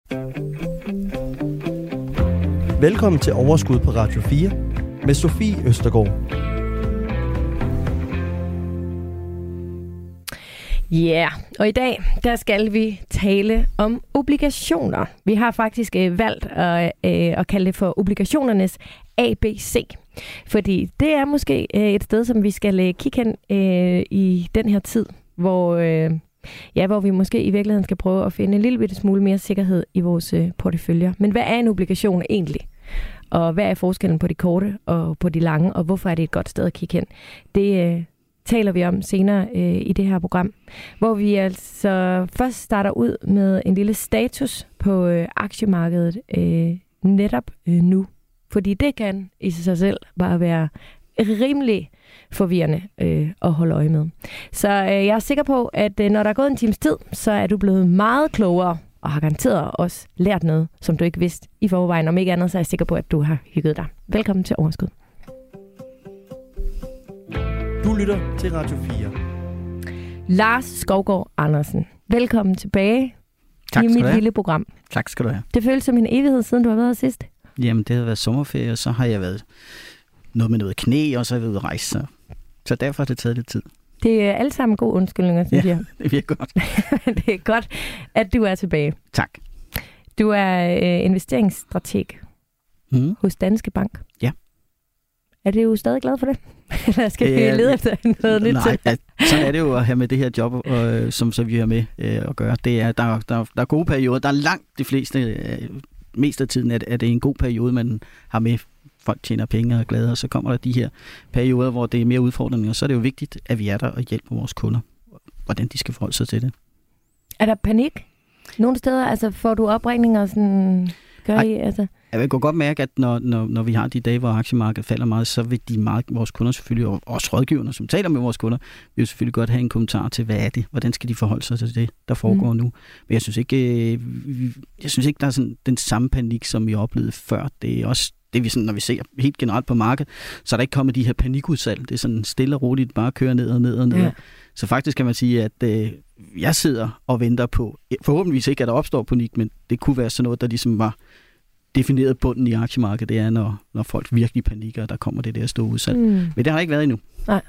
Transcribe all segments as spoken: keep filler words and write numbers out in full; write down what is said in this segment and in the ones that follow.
Velkommen til Overskud på Radio fire med Sofie Østergaard. Ja, yeah. Og i dag, der skal vi tale om obligationer. Vi har faktisk øh, valgt at, øh, at kalde det for obligationernes A B C. Fordi det er måske øh, et sted, som vi skal øh, kigge hen øh, i den her tid, hvor, øh, ja, hvor vi måske i virkeligheden skal prøve at finde en lille bitte smule mere sikkerhed i vores øh, porteføljer. Men hvad er en obligation egentlig? Og hvad er forskellen på de korte og på de lange? Og hvorfor er det et godt sted at kigge hen? Det øh, taler vi om senere øh, i det her program, hvor vi altså først starter ud med en lille status på øh, aktiemarkedet øh, netop øh, nu. Fordi det kan i sig selv bare være rimelig forvirrende øh, at holde øje med. Så øh, jeg er sikker på, at øh, når der er gået en times tid, så er du blevet meget klogere og har garanteret også lært noget, som du ikke vidste i forvejen. Om ikke andet, så er jeg sikker på, at du har hygget dig. Velkommen til Overskud. Du lytter til Radio fire. Lars Skovgaard Andersen, velkommen tilbage tak, i mit lille program. Tak skal du have. Det føles som en evighed, siden du har været her sidst. Jamen, det har været sommerferie, og så har jeg været noget med noget knæ, og så har jeg været ude at rejse. Så, så derfor har det taget lidt tid. Det er alle sammen gode undskyldninger, synes ja, jeg. det virker godt. Det er godt, at du er tilbage. Tak. Du er øh, investeringsstrateg mm. hos Danske Bank. Ja. Er du stadig glad for det? Eller skal vi øh, lede efter noget nyt nej, til? Nej, sådan er det jo at have med det her job, øh, som så vi har med øh, at gøre. Det er, der, der, der er gode perioder. Der er langt de fleste, øh, mest af tiden, at, at det er en god periode, man har med. Folk tjener penge og er glade, og så kommer der de her perioder, hvor det er mere udfordringer. Så er det jo vigtigt, at vi er der og hjælper vores kunder, hvordan de skal forholde sig til det. Er der panik? Nogle steder, altså får du opringninger sådan... Gør I, altså? Jeg vil godt mærke, at når, når, når vi har de dage, hvor aktiemarkedet falder meget, så vil de meget, vores kunder selvfølgelig, og også rådgiverne, som taler med vores kunder, vil jo selvfølgelig godt have en kommentar til, hvad er det? Hvordan skal de forholde sig til det, der foregår mm. nu? Men jeg synes ikke, jeg synes ikke, der er sådan den samme panik, som vi oplevede før. Det er også det, vi sådan, når vi ser helt generelt på markedet, så er der ikke kommet de her panikudsalg. Det er sådan stille og roligt, bare kører ned og ned og ned. Ja. Så faktisk kan man sige, at øh, jeg sidder og venter på, forhåbentligvis ikke, at der opstår panik, men det kunne være sådan noget, der ligesom var defineret bunden i aktiemarkedet, det er, når, når folk virkelig panikker, der kommer det der store udsalg. Mm. Men det har ikke været endnu. Nej.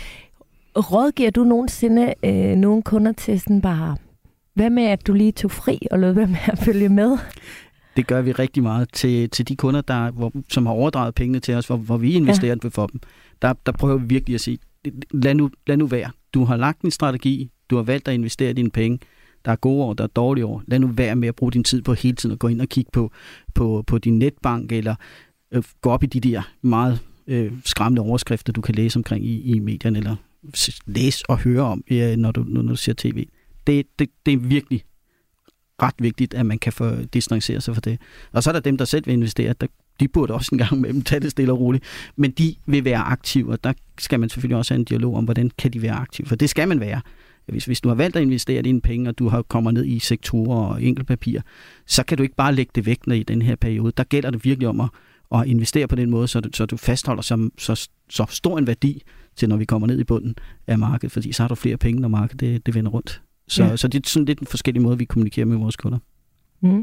Rådgiver du nogensinde øh, nogle kunder til sådan bare, hvad med, at du lige tog fri og lod være med at følge med? Det gør vi rigtig meget til, til de kunder, der, hvor, som har overdraget pengene til os, hvor, hvor vi investerer ja. for dem. Der, der prøver vi virkelig at sige, lad nu, lad nu være. Du har lagt en strategi, du har valgt at investere dine penge. Der er gode år, der er dårlige år. Lad nu være med at bruge din tid på hele tiden at gå ind og kigge på, på, på din netbank, eller øh, gå op i de der meget øh, skræmmende overskrifter, du kan læse omkring i, i medierne, eller læse og høre om, øh, når, du, når du ser tv. Det, det, det er virkelig ret vigtigt, at man kan få distancere sig fra det. Og så er der dem, der selv vil investere, der, de burde også en gang med dem tage det stille og roligt, men de vil være aktive, og der skal man selvfølgelig også have en dialog om, hvordan kan de være aktive, for det skal man være. Hvis, hvis du har valgt at investere dine penge, og du har kommer ned i sektorer og enkeltpapir, så kan du ikke bare lægge det væk i den her periode. Der gælder det virkelig om at, at investere på den måde, så du, så du fastholder så, så, så stor en værdi til, når vi kommer ned i bunden af markedet, fordi så har du flere penge, når markedet det, det vender rundt. Så, ja. så det er sådan lidt en forskellig måde, vi kommunikerer med vores kunder. Mm.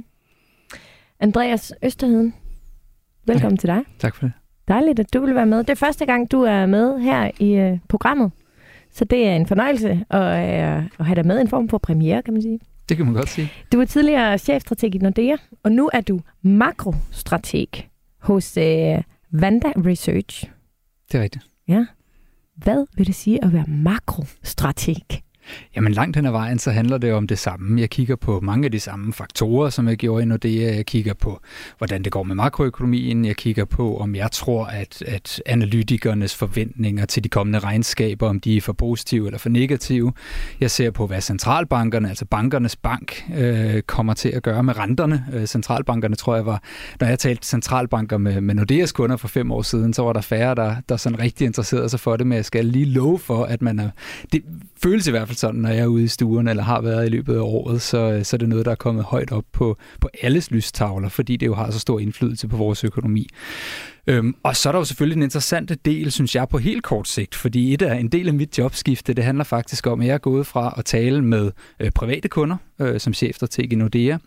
Andreas Østerheden, velkommen ja. til dig. Tak for det. Dejligt, at du vil være med. Det er første gang, du er med her i uh, programmet. Så det er en fornøjelse at, uh, at have dig med, en form for premiere, kan man sige. Det kan man godt sige. Du var tidligere chefstrateg i Nordea, og nu er du makrostrateg hos uh, Vanda Research. Det er rigtigt. Ja. Hvad vil det sige at være makrostrateg? Jamen langt hen ad vejen, så handler det om det samme. Jeg kigger på mange af de samme faktorer, som jeg gjorde i Nordea. Jeg kigger på, hvordan det går med makroøkonomien. Jeg kigger på, om jeg tror, at, at analytikernes forventninger til de kommende regnskaber, om de er for positive eller for negative. Jeg ser på, hvad centralbankerne, altså bankernes bank, øh, kommer til at gøre med renterne. Øh, centralbankerne, tror jeg var, når jeg talte centralbanker med, med Nordeas kunder for fem år siden, så var der færre, der, der sådan rigtig interesserede sig for det, men jeg skal lige love for, at man er, det føles i hvert fald sådan, når jeg er ude i stuen, eller har været i løbet af året, så, så er det noget, der er kommet højt op på, på alles lystavler, fordi det jo har så stor indflydelse på vores økonomi. Øhm, og så er der jo selvfølgelig en interessant del, synes jeg, på helt kort sigt, fordi et af, en del af mit jobskifte, det handler faktisk om, at jeg er gået fra at tale med øh, private kunder, øh, som chefstrateg i Nordea,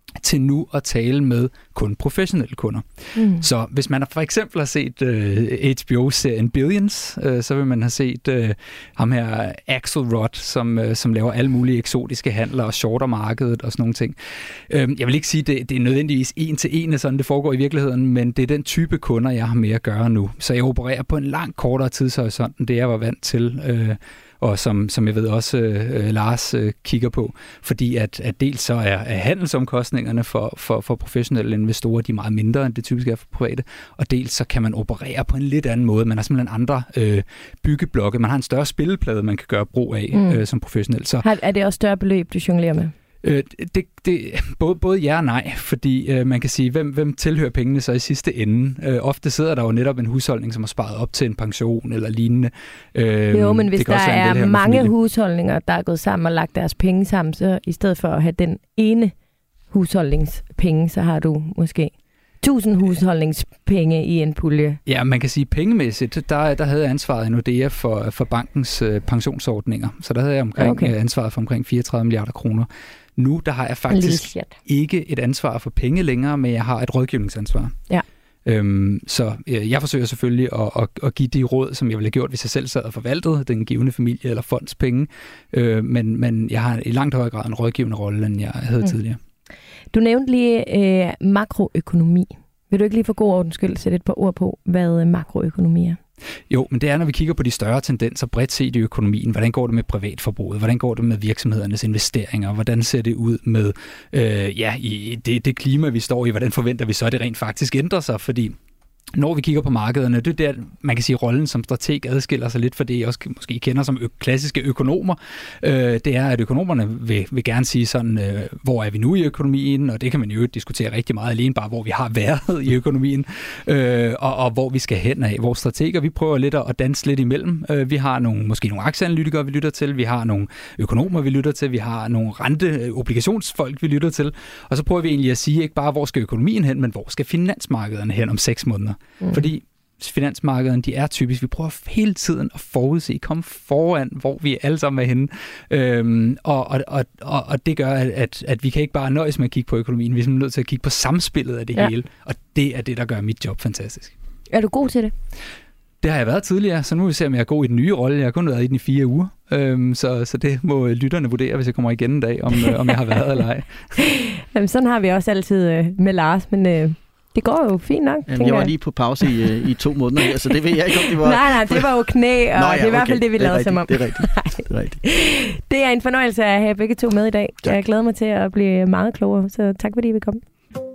til nu at tale med kun professionelle kunder. Mm. Så hvis man for eksempel har set uh, H B O-serien Billions, uh, så vil man have set uh, ham her Axelrod, som, uh, som laver alle mulige eksotiske handler og shorter markedet og sådan nogle ting. Uh, jeg vil ikke sige, at det, det er nødvendigvis en til en, sådan det foregår i virkeligheden, men det er den type kunder, jeg har med at gøre nu. Så jeg opererer på en langt kortere tidshorisont, end det jeg var vant til, uh, og som, som jeg ved også øh, Lars øh, kigger på, fordi at, at dels så er, er handelsomkostningerne for, for, for professionelle investorer, de er meget mindre, end det typisk er for private, og dels så kan man operere på en lidt anden måde. Man har simpelthen andre øh, byggeblokke, man har en større spilleplade, man kan gøre brug af mm. øh, som professionel. Så, er det også større beløb, du jonglerer med? Øh, det, det, både, både ja og nej, fordi øh, man kan sige, hvem, hvem tilhører pengene så i sidste ende? Øh, ofte sidder der jo netop en husholdning, som har sparet op til en pension eller lignende. Øh, jo, men hvis der er mange husholdninger, der er gået sammen og lagt deres penge sammen, så i stedet for at have den ene husholdningspenge, så har du måske tusind husholdningspenge i en pulje. Ja, man kan sige pengemæssigt, der, der havde jeg ansvaret i Nordea for, for bankens øh, pensionsordninger. Så der havde jeg omkring, okay. øh, ansvaret for omkring fireogtredive milliarder kroner. Nu der har jeg faktisk ikke et ansvar for penge længere, men jeg har et rådgivningsansvar. Ja. Øhm, så øh, jeg forsøger selvfølgelig at, at, at give de råd, som jeg ville have gjort, hvis jeg selv sad og forvaltede den givende familie eller fonds penge. Øh, men, men jeg har i langt højere grad en rådgivende rolle, end jeg havde mm. tidligere. Du nævnte lige øh, makroøkonomi. Vil du ikke lige for god ordens skyld sætte et par ord på, hvad makroøkonomi er? Jo, men det er, når vi kigger på de større tendenser bredt set i økonomien. Hvordan går det med privatforbruget? Hvordan går det med virksomhedernes investeringer? Hvordan ser det ud med øh, ja, i det, det klima, vi står i? Hvordan forventer vi så, at det rent faktisk ændrer sig? Fordi når vi kigger på markederne, det er der, man kan sige, rollen som strateg adskiller sig lidt fra det, jeg også måske kender som ø- klassiske økonomer. Øh, det er, at økonomerne vil, vil gerne sige sådan, øh, hvor er vi nu i økonomien, og det kan man jo diskutere rigtig meget alene, bare hvor vi har været i økonomien, øh, og, og hvor vi skal hen af. Vores strateger, vi prøver lidt at danse lidt imellem. Øh, vi har nogle, måske nogle aktieanalytikere, vi lytter til, vi har nogle økonomer, vi lytter til, vi har nogle rente, obligationsfolk, vi lytter til, og så prøver vi egentlig at sige, ikke bare, hvor skal økonomien hen, men hvor skal finansmarkederne hen om seks måneder. Mm. Fordi finansmarkederne, de er typisk, vi prøver hele tiden at forudse, komme foran, hvor vi alle sammen er henne. Øhm, og, og, og, og det gør, at, at vi kan ikke bare nøjes med at kigge på økonomien, vi er nødt til at kigge på samspillet af det ja. hele. Og det er det, der gør mit job fantastisk. Er du god til det? Det har jeg været tidligere, så nu vil vi se, om jeg er god i den nye rolle. Jeg har kun været i den i fire uger, øhm, så, så det må lytterne vurdere, hvis jeg kommer igen en dag, om, øh, om jeg har været eller ej. Jamen, sådan har vi også altid øh, med Lars, men... Øh det går jo fint nok. Jamen, jeg var lige på pause i, i to måneder her, så det ved jeg ikke, om det var... Nej, nej, det var jo knæ, og Nå, ja, det er i hvert fald det, vi lavede som om. Det er rigtigt, det er rigtigt. Det er en fornøjelse at have begge to med i dag. Tak. Jeg glæder mig til at blive meget klogere, så tak fordi vi kom.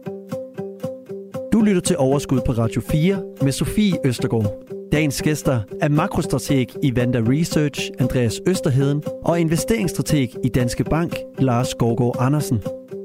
Du lytter til Overskud på Radio fire med Sofie Østergaard. Dagens gæster er makrostrateg i Vanda Research, Andreas Østerheden, og investeringsstrateg i Danske Bank, Lars Skovgaard Andersen.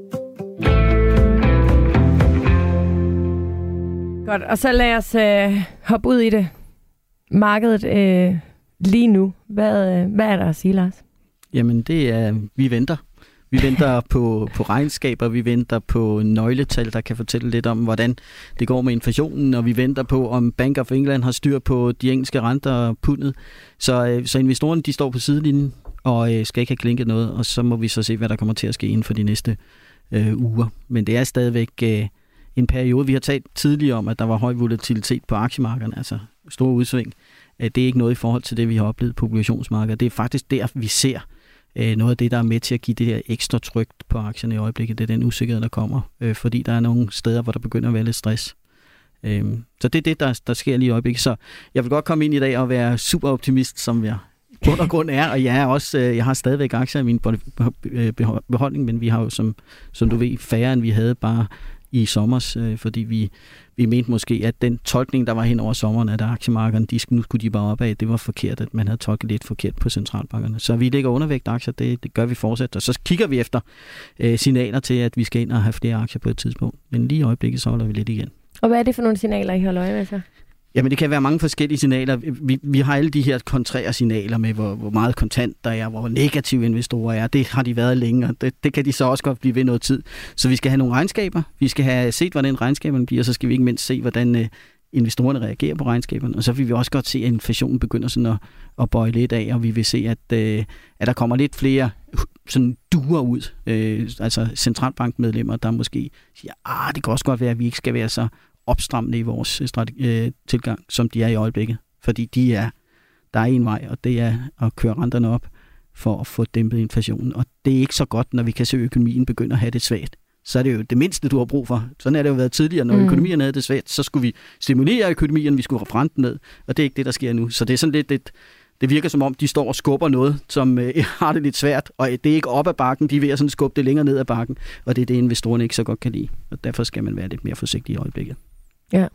Godt, og så lad os øh, hoppe ud i det. Markedet øh, lige nu. Hvad, øh, hvad er der at sige, Lars? Jamen, det er, vi venter. Vi venter på, på regnskaber, vi venter på nøgletal, der kan fortælle lidt om, hvordan det går med inflationen, og vi venter på, om Bank of England har styr på de engelske renter og pundet. Så, så investorerne, de står på sidelinjen og øh, skal ikke have klinket noget, og så må vi så se, hvad der kommer til at ske inden for de næste øh, uger. Men det er stadigvæk... Øh, en periode, vi har talt tidligere om, at der var høj volatilitet på aktiemarkederne, altså store udsving. Det er ikke noget i forhold til det, vi har oplevet på obligationsmarkedet. Det er faktisk der, vi ser noget af det, der er med til at give det her ekstra tryk på aktierne i øjeblikket. Det er den usikkerhed, der kommer, fordi der er nogle steder, hvor der begynder at være lidt stress. Så det er det, der, der sker lige i øjeblikket. Så jeg vil godt komme ind i dag og være super optimist, som jeg bund og grund er, og jeg er også, jeg har stadigvæk aktier i min beholdning, men vi har jo, som, som du ved, færre end vi havde bare i sommers, øh, fordi vi, vi mente måske, at den tolkning, der var hen over sommeren, at aktiemarkederne, de, nu skulle de bare op af, det var forkert, at man havde tolket lidt forkert på centralbankerne. Så vi ligger undervægt aktier, det, det gør vi fortsat, og så kigger vi efter øh, signaler til, at vi skal ind og have flere aktier på et tidspunkt. Men lige i øjeblikket, så holder vi lidt igen. Og hvad er det for nogle signaler, I holder øje med så? Jamen, det kan være mange forskellige signaler. Vi, vi har alle de her kontrære signaler med, hvor, hvor meget kontant der er, hvor negative investorer er. Det har de været længe, og det, det kan de så også godt blive ved noget tid. Så vi skal have nogle regnskaber. Vi skal have set, hvordan regnskaberne bliver, og så skal vi ikke mindst se, hvordan øh, investorerne reagerer på regnskaberne, og så vil vi også godt se, at inflationen begynder sådan at, at bøje lidt af, og vi vil se, at, øh, at der kommer lidt flere sådan duer ud, øh, altså centralbankmedlemmer, der måske siger, ah, det kan også godt være, at vi ikke skal være så opstrammende i vores strategi, øh, tilgang, som de er i øjeblikket. Fordi de er, der er en vej, og det er at køre renterne op for at få dæmpet inflationen. Og det er ikke så godt, når vi kan se, at økonomien begynder at have det svagt. Så er det jo det mindste, du har brug for. Sådan er det jo været tidligere. Når mm. økonomien havde det svagt, så skulle vi stimulere økonomien, vi skulle have renten ned, og det er ikke det, der sker nu. Så det er sådan lidt, det, det virker som om, de står og skubber noget, som øh, har det lidt svært, og det er ikke op ad bakken, de er ved at sådan skubbe det længere ned ad bakken, og det er det, investorerne ikke så godt kan lide. Og derfor skal man være lidt mere forsigtig i øjeblikket. Ja.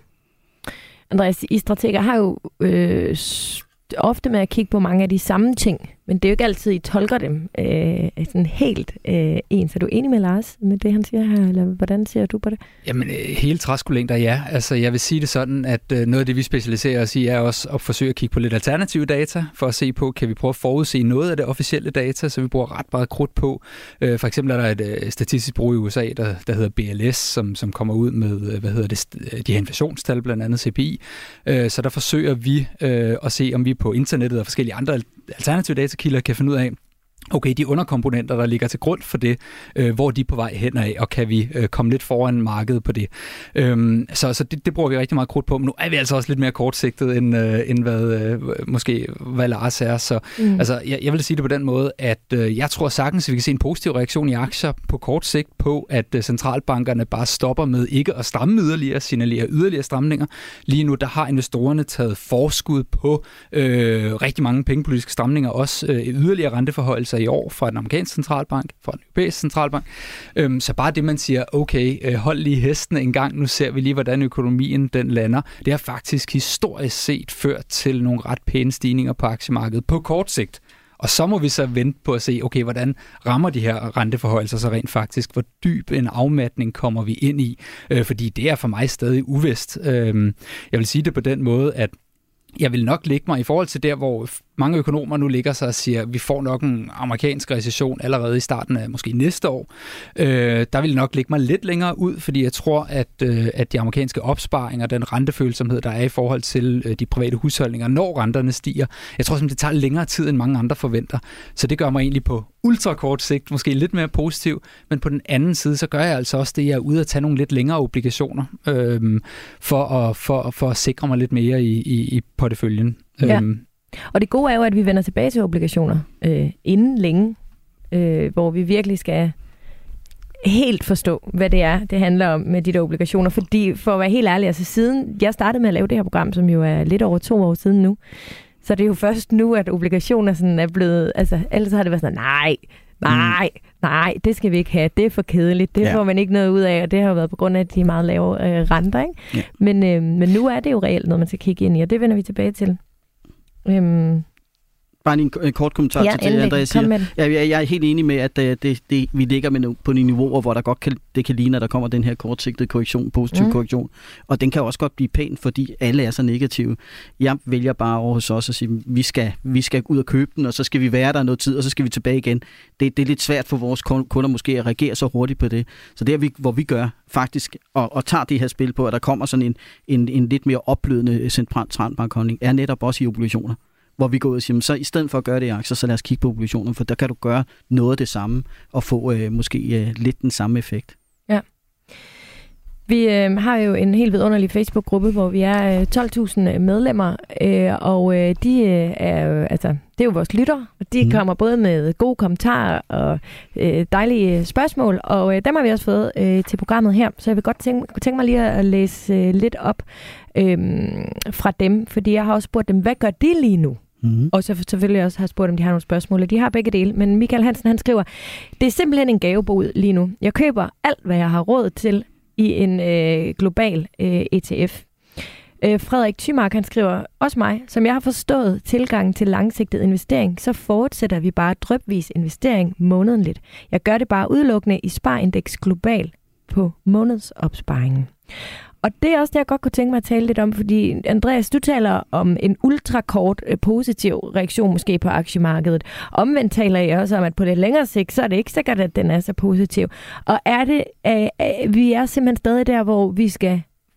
Andreas, I strateger har jo øh, ofte med at kigge på mange af de samme ting, men det er jo ikke altid, I tolker dem øh, sådan helt øh, ens. Er du enig med Lars med det, han siger her, eller hvordan ser du på det? Jamen, hele træskolængder, ja. Altså, jeg vil sige det sådan, at øh, noget af det, vi specialiserer os i, er også at forsøge at kigge på lidt alternative data, for at se på, kan vi prøve at forudse noget af det officielle data, så vi bruger ret meget krudt på. Øh, for eksempel er der et øh, statistisk bureau i U S A, der, der hedder B L S, som, som kommer ud med, hvad hedder det, de her inflationstal, blandt andet C P I. Øh, så der forsøger vi øh, at se, om vi på internettet og forskellige andre alternative datakilder kan finde ud af, okay, de underkomponenter, der ligger til grund for det, øh, hvor de er på vej hen af, og kan vi øh, komme lidt foran markedet på det. Øhm, så så det, det bruger vi rigtig meget krudt på, men nu er vi altså også lidt mere kortsigtet, end, øh, end hvad øh, måske hvad Lars er. Så mm. altså, jeg, jeg vil sige det på den måde, at øh, jeg tror sagtens, at vi kan se en positiv reaktion i aktier på kort sigt på, at øh, centralbankerne bare stopper med ikke at stramme yderligere, signalere yderligere stramninger. Lige nu, der har investorerne taget forskud på øh, rigtig mange pengepolitiske stramninger, også øh, yderligere renteforhold i år fra den amerikanske centralbank, fra den europæiske centralbank. Øhm, så bare det, man siger, okay, hold lige hesten en gang, nu ser vi lige, hvordan økonomien den lander. Det har faktisk historisk set ført til nogle ret pæne stigninger på aktiemarkedet på kort sigt. Og så må vi så vente på at se, okay, hvordan rammer de her renteforholdelser så rent faktisk? Hvor dyb en afmatning kommer vi ind i? Øh, fordi det er for mig stadig uvist. Øh, jeg vil sige det på den måde, at jeg vil nok lægge mig i forhold til der, hvor mange økonomer nu ligger sig og siger, at vi får nok en amerikansk recession allerede i starten af måske næste år. Øh, der vil nok lægge mig lidt længere ud, fordi jeg tror, at, øh, at de amerikanske opsparinger, den rentefølsomhed, der er i forhold til øh, de private husholdninger, når renterne stiger, jeg tror simpelthen, det tager længere tid, end mange andre forventer. Så det gør mig egentlig på ultrakort sigt måske lidt mere positiv, men på den anden side, så gør jeg altså også det, jeg er ude at tage nogle lidt længere obligationer, øh, for, at, for, for at sikre mig lidt mere i, i, i porteføljen. Ja. Øhm, Og det gode er jo, at vi vender tilbage til obligationer øh, inden længe, øh, hvor vi virkelig skal helt forstå, hvad det er, det handler om med de der obligationer. Fordi for at være helt ærlig, altså siden jeg startede med at lave det her program, som jo er lidt over to år siden nu, så det er jo først nu, at obligationer sådan er blevet, altså ellers har det været sådan, nej, nej, nej, det skal vi ikke have, det er for kedeligt, det ja. får man ikke noget ud af, og det har jo været på grund af de meget lave øh, renter, ikke? Ja. Men, øh, men nu er det jo reelt noget, man skal kigge ind i, og det vender vi tilbage til. Øhm. Bare en, en kort kommentar ja, til det, Andreas siger. Jeg, jeg, jeg er helt enig med, at det, det, vi ligger med på de niveauer, hvor der godt kan, det kan ligne, at der kommer den her kortsigtede korrektion, positiv mm. korrektion. Og den kan også godt blive pæn, fordi alle er så negative. Jeg vælger bare over hos os at sige, vi skal, vi skal ud og købe den, og så skal vi være der noget tid, og så skal vi tilbage igen. Det, det er lidt svært for vores kunder måske at reagere så hurtigt på det. Så det er, hvor vi gør faktisk, og, og tager det her spil på, at der kommer sådan en, en, en lidt mere opblødende centralbankholdning, er netop også i obligationer. Hvor vi går ud og siger, så i stedet for at gøre det i aktier, så lad os kigge på obligationer, for der kan du gøre noget af det samme, og få øh, måske øh, lidt den samme effekt. Ja. Vi øh, har jo en helt vidunderlig Facebook-gruppe, hvor vi er øh, tolv tusind medlemmer, øh, og øh, de øh, er jo, altså, det er jo vores lytter, og de mm. kommer både med gode kommentarer og øh, dejlige spørgsmål, og øh, dem har vi også fået øh, til programmet her, så jeg vil godt tænke, tænke mig lige at læse øh, lidt op øh, fra dem, fordi jeg har også spurgt dem, hvad gør de lige nu? Mm-hmm. Og så selvfølgelig også har spurgt, om de har nogle spørgsmål, og de har begge dele. Men Michael Hansen, han skriver, det er simpelthen en gavebod lige nu. Jeg køber alt, hvad jeg har råd til i en øh, global øh, E T F. Øh, Frederik Thymark, han skriver, også mig, som jeg har forstået tilgangen til langsigtet investering, så fortsætter vi bare drypvis investering månedligt. Jeg gør det bare udelukkende i Sparindeks Global på månedsopsparingen. Og det er også det, jeg godt kunne tænke mig at tale lidt om, fordi Andreas, du taler om en ultrakort positiv reaktion måske på aktiemarkedet. Omvendt taler jeg også om, at på det længere sigt, så er det ikke sikkert, at den er så positiv. Og er det, øh, vi er simpelthen stadig der, hvor vi skal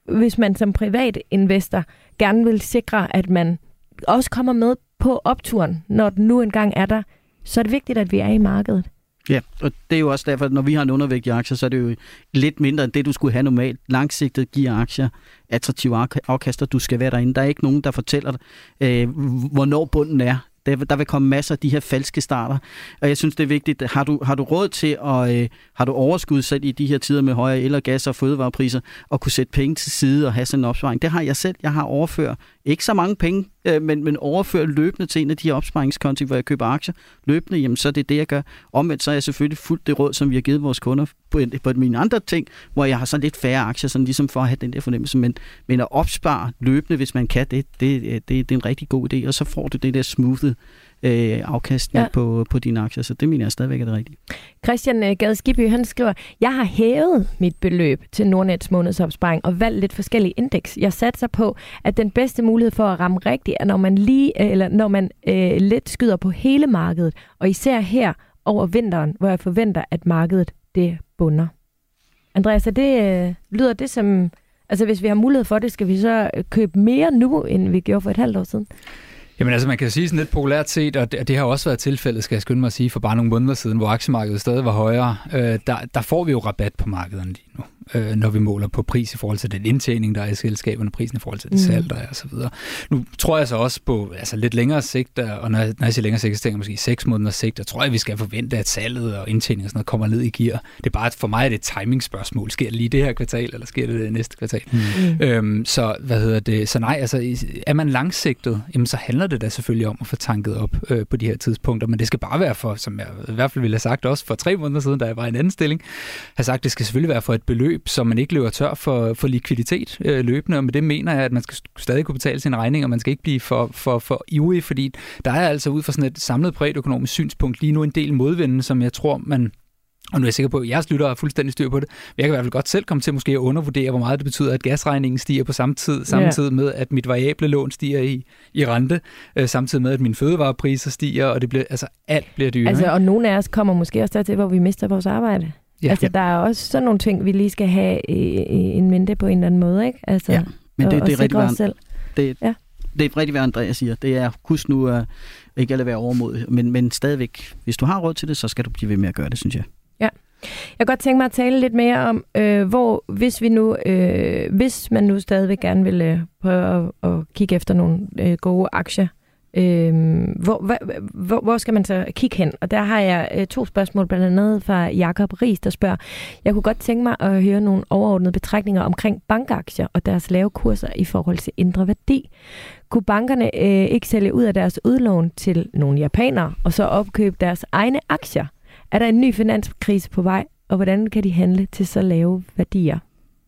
hvis man som privat investor gerne vil sikre, at man også kommer med på opturen, når den nu engang er der, så er det vigtigt, at vi er i markedet. Ja, og det er jo også derfor, at når vi har en undervægt i aktier, så er det jo lidt mindre end det, du skulle have normalt. Langsigtet giver aktier attraktive afkaster, du skal være derinde. Der er ikke nogen, der fortæller dig, øh, hvornår bunden er. Der, der vil komme masser af de her falske starter, og jeg synes, det er vigtigt. Har du, har du råd til, at øh, har du overskud selv i de her tider med højere el- og gas- og fødevarepriser, og kunne sætte penge til side og have sådan en opsparing? Det har jeg selv. Jeg har overført ikke så mange penge, øh, men, men overført løbende til en af de her opsparingskonti, hvor jeg køber aktier løbende, jamen så er det det, jeg gør. Omvendt så er jeg selvfølgelig fuldt det råd, som vi har givet vores kunder på, på mine andre ting, hvor jeg har sådan lidt færre aktier, sådan ligesom for at have den der fornemmelse. Men, men at opspare løbende, hvis man kan det, det, det, det er en rigtig god idé, og så får du det der smooth Øh, afkast ja. på, på dine aktier, så det mener jeg stadigvæk er det rigtige. Christian Gade Skibby, han skriver, jeg har hævet mit beløb til Nordnets månedsopsparing og valgt lidt forskellige indeks. Jeg satser på, at den bedste mulighed for at ramme rigtigt er, når man lige eller når man øh, lidt skyder på hele markedet, og især her over vinteren, hvor jeg forventer, at markedet det bunder. Andreas, er det, øh, lyder det som, altså hvis vi har mulighed for det, skal vi så købe mere nu, end vi gjorde for et halvt år siden? Jamen altså, man kan sige sådan lidt populært set, og det, det har også været tilfældet, skal jeg skynde mig at sige, for bare nogle måneder siden, hvor aktiemarkedet stadig var højere, øh, der, der får vi jo rabat på markederne lige nu, øh, når vi måler på pris i forhold til den indtjening, der er i selskaberne, prisen i forhold til det salg, der er og så videre. Nu tror jeg så også på altså lidt længere sigt, og når jeg, når jeg siger længere sigt, så tænker jeg måske seks måneders sigt, der tror jeg, vi skal forvente, at salget og indtjening og sådan noget kommer ned i gear. Det er bare, for mig er det et timing-spørgsmål. Sker det lige det her kvartal, eller sker det det næste kvartal? Mm. Øhm, så hvad hedder det? Så nej, altså er man langsigtet, jamen så handler det da selvfølgelig om at få tanket op øh, på de her tidspunkter, men det skal bare være for, som jeg i hvert fald ville have sagt også for tre måneder siden, da jeg var i en anden stilling, har sagt, det skal selvfølgelig være for et beløb, så man ikke løber tør for, for likviditet øh, løbende, og med det mener jeg, at man skal stadig kunne betale sine regninger, og man skal ikke blive for, for, for ivrig, fordi der er altså ud fra sådan et samlet bredt økonomisk synspunkt lige nu en del modvinde, som jeg tror, man og nu er jeg sikker på, at jeres lyttere har fuldstændig styr på det. Men jeg kan i hvert fald godt selv komme til måske at undervurdere, hvor meget det betyder, at gasregningen stiger på samme tid, samtidig med, at mit variable lån stiger i, i rente, øh, samtidig med, at mine fødevarepriser stiger, og det bliver, altså alt bliver dyrere. Altså, og nogle af os kommer måske også dertil, hvor vi mister vores arbejde. Ja. Altså, der er også sådan nogle ting, vi lige skal have i, i en mente på en eller anden måde, ikke? Altså, ja, men det, og, det er rigtig værd. Det, ja. det er rigtig, hvad Andreas siger. Det er, husk nu uh, ikke at være overmodig, men, men stadigvæk, hvis du har råd til det, så skal du blive ved med at gøre det, synes jeg. Ja. Jeg kan godt tænke mig at tale lidt mere om, øh, hvor hvis vi nu, øh, hvis man nu stadigvæk gerne vil øh, prøve at, at kigge efter nogle øh, gode aktier, øh, hvor, hvor, hvor skal man så kigge hen? Og der har jeg øh, to spørgsmål, blandt andet fra Jakob Ries, der spørger, jeg kunne godt tænke mig at høre nogle overordnede betragtninger omkring bankaktier og deres lave kurser i forhold til indre værdi. Kunne bankerne øh, ikke sælge ud af deres udlån til nogle japanere, og så opkøbe deres egne aktier? Er der en ny finanskrise på vej, og hvordan kan de handle til så lave værdier?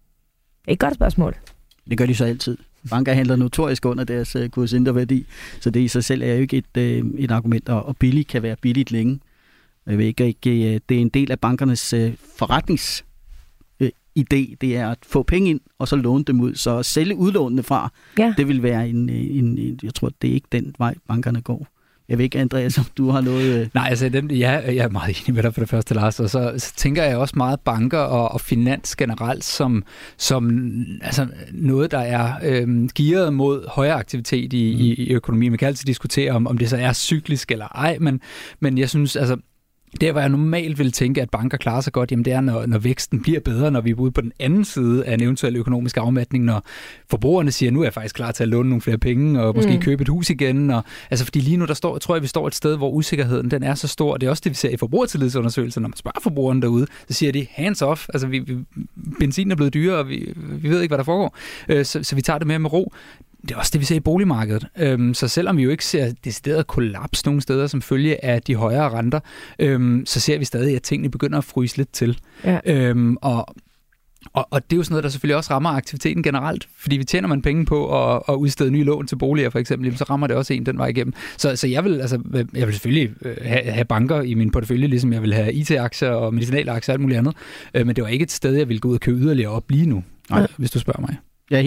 Et godt spørgsmål. Det gør de så altid. Banker handler notorisk under deres uh, kurs indre værdi, så det i sig selv er jo ikke et, uh, et argument, og billigt kan være billigt længe. Jeg ved ikke, ikke uh, det er en del af bankernes uh, forretnings uh, idé, det er at få penge ind, og så låne dem ud. Så at sælge udlånene fra, ja. det vil være en, en, en, jeg tror, det er ikke den vej, bankerne går. Jeg ved ikke, Andreas, om du har noget... Øh... Nej, altså dem, ja, jeg er meget enig med dig for det første, Lars, og så, så tænker jeg også meget banker og, og finans generelt som, som altså noget, der er øh, gearet mod højere aktivitet i, mm. i, i økonomien. Man kan altid diskutere, om, om det så er cyklisk eller ej, men, men jeg synes, altså... Der, hvor jeg normalt vil tænke, at banker klarer sig godt, jamen det er, når, når væksten bliver bedre, når vi er ude på den anden side af en eventuel økonomisk afmatning, når forbrugerne siger, nu er jeg faktisk klar til at låne nogle flere penge, og måske mm. købe et hus igen. Og, altså fordi lige nu, der står, tror jeg, vi står et sted, hvor usikkerheden den er så stor, og det er også det, vi ser i forbrugertillidsundersøgelser, når man spørger forbrugerne derude, så siger de, hands off, altså vi, vi, benzin er blevet dyrere, og vi, vi ved ikke, hvad der foregår, øh, så, så vi tager det mere med ro. Det er også det, vi ser i boligmarkedet. Øhm, så selvom vi jo ikke ser decideret kollaps nogle steder som følge af de højere renter, øhm, så ser vi stadig, at tingene begynder at fryse lidt til. Ja. Øhm, og, og, og det er jo sådan noget, der selvfølgelig også rammer aktiviteten generelt, fordi vi tjener man penge på at, at udstede nye lån til boliger for eksempel, så rammer det også en den vej igennem. Så, så jeg vil altså, jeg vil selvfølgelig have, have banker i min portefølje, ligesom jeg vil have I T-aktier og medicinalaktier og alt muligt andet, øh, men det var ikke et sted, jeg ville gå ud og købe yderligere op lige nu, nej, hvis du spørger mig. Jeg er helt enig.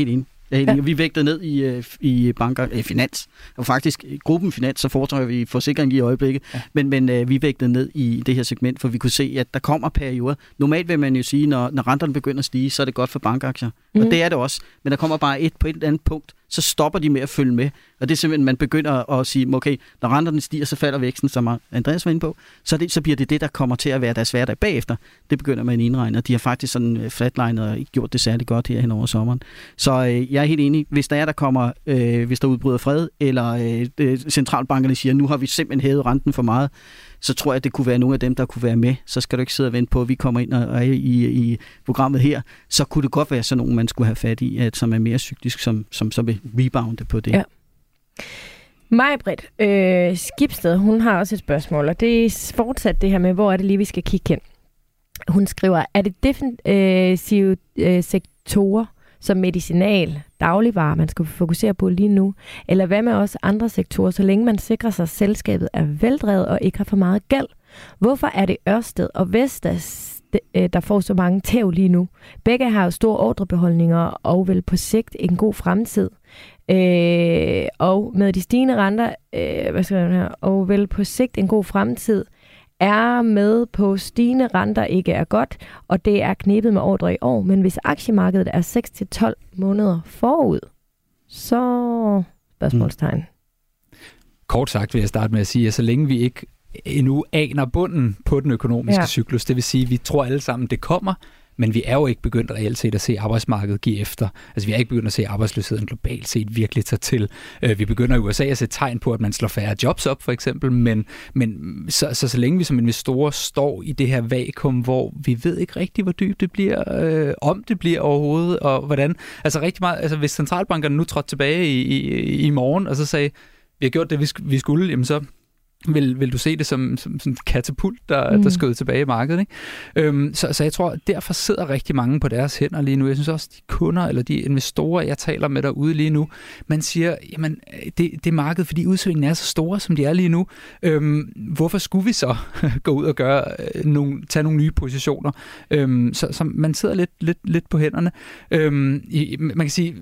Ja. Vi vægtede ned i, i banker, eh, finans, og faktisk i gruppen finans, så foretrækker vi forsikring lige i øjeblikket, ja. men, men eh, vi vægtede ned i det her segment, for vi kunne se, at der kommer perioder. Normalt vil man jo sige, når, når renterne begynder at stige, så er det godt for bankaktier, mm. og det er det også, men der kommer bare et på et eller andet punkt, så stopper de med at følge med, og det er simpelthen, man begynder at sige, okay, når renterne stiger, så falder væksten, som Andreas var inde på, så, det, så bliver det det, der kommer til at være deres hverdag bagefter. Det begynder man at indregne, og de har faktisk sådan flatlinet og ikke gjort det særlig godt her hen over sommeren. Så øh, jeg er helt enig, hvis der er, der kommer, øh, hvis der udbryder fred, eller øh, centralbankerne siger, nu har vi simpelthen hævet renten for meget, så tror jeg, at det kunne være nogle af dem, der kunne være med. Så skal du ikke sidde og vente på, at vi kommer ind og er i, i programmet her. Så kunne det godt være sådan nogen, man skulle have fat i, at, som er mere cyklisk, som, som så vil rebounde på det. Ja. Maj-Britt øh, Skibsted, hun har også et spørgsmål, og det er fortsat det her med, hvor er det lige, vi skal kigge hen. Hun skriver, er det defensive øh, sektorer, som medicinal, dagligvarer, man skal fokusere på lige nu? Eller hvad med også andre sektorer, så længe man sikrer sig, at selskabet er veldrevet og ikke har for meget gæld? Hvorfor er det Ørsted og Vestas, der får så mange tæv lige nu? Begge har jo store ordrebeholdninger og vel på sigt en god fremtid. Øh, og med de stigende renter, øh, hvad skal jeg her, og vel på sigt en god fremtid, er med på stigende renter ikke er godt, og det er knebet med ordre i år. Men hvis aktiemarkedet er seks til tolv måneder forud, så spørgsmålstegn. Mm. Kort sagt vil jeg starte med at sige, at så længe vi ikke endnu aner bunden på den økonomiske ja. cyklus, det vil sige, at vi tror alle sammen, det kommer, men vi er jo ikke begyndt reelt set at se arbejdsmarkedet give efter. Altså vi er ikke begyndt at se arbejdsløsheden globalt set virkelig tage til. Vi begynder i U S A at se tegn på, at man slår færre jobs op for eksempel, men, men så, så, så længe vi som investorer står i det her vakuum, hvor vi ved ikke rigtig, hvor dybt det bliver, øh, om det bliver overhovedet, og hvordan. Altså rigtig meget, altså hvis centralbankerne nu trådte tilbage i, i, i morgen, og så sagde, vi har gjort det, vi, vi skulle, jamen så Vil, vil du se det som, som, som en katapult, der, mm. der skød tilbage i markedet, ikke? Øhm, så, så jeg tror, derfor sidder rigtig mange på deres hænder lige nu. Jeg synes også, de kunder eller de investorer, jeg taler med derude lige nu, man siger, jamen, det, det marked, fordi udsvingene er så store, som de er lige nu, øhm, hvorfor skulle vi så gå ud og gøre nogle, tage nogle nye positioner? Øhm, så, så man sidder lidt, lidt, lidt på hænderne. Øhm, i, man kan sige,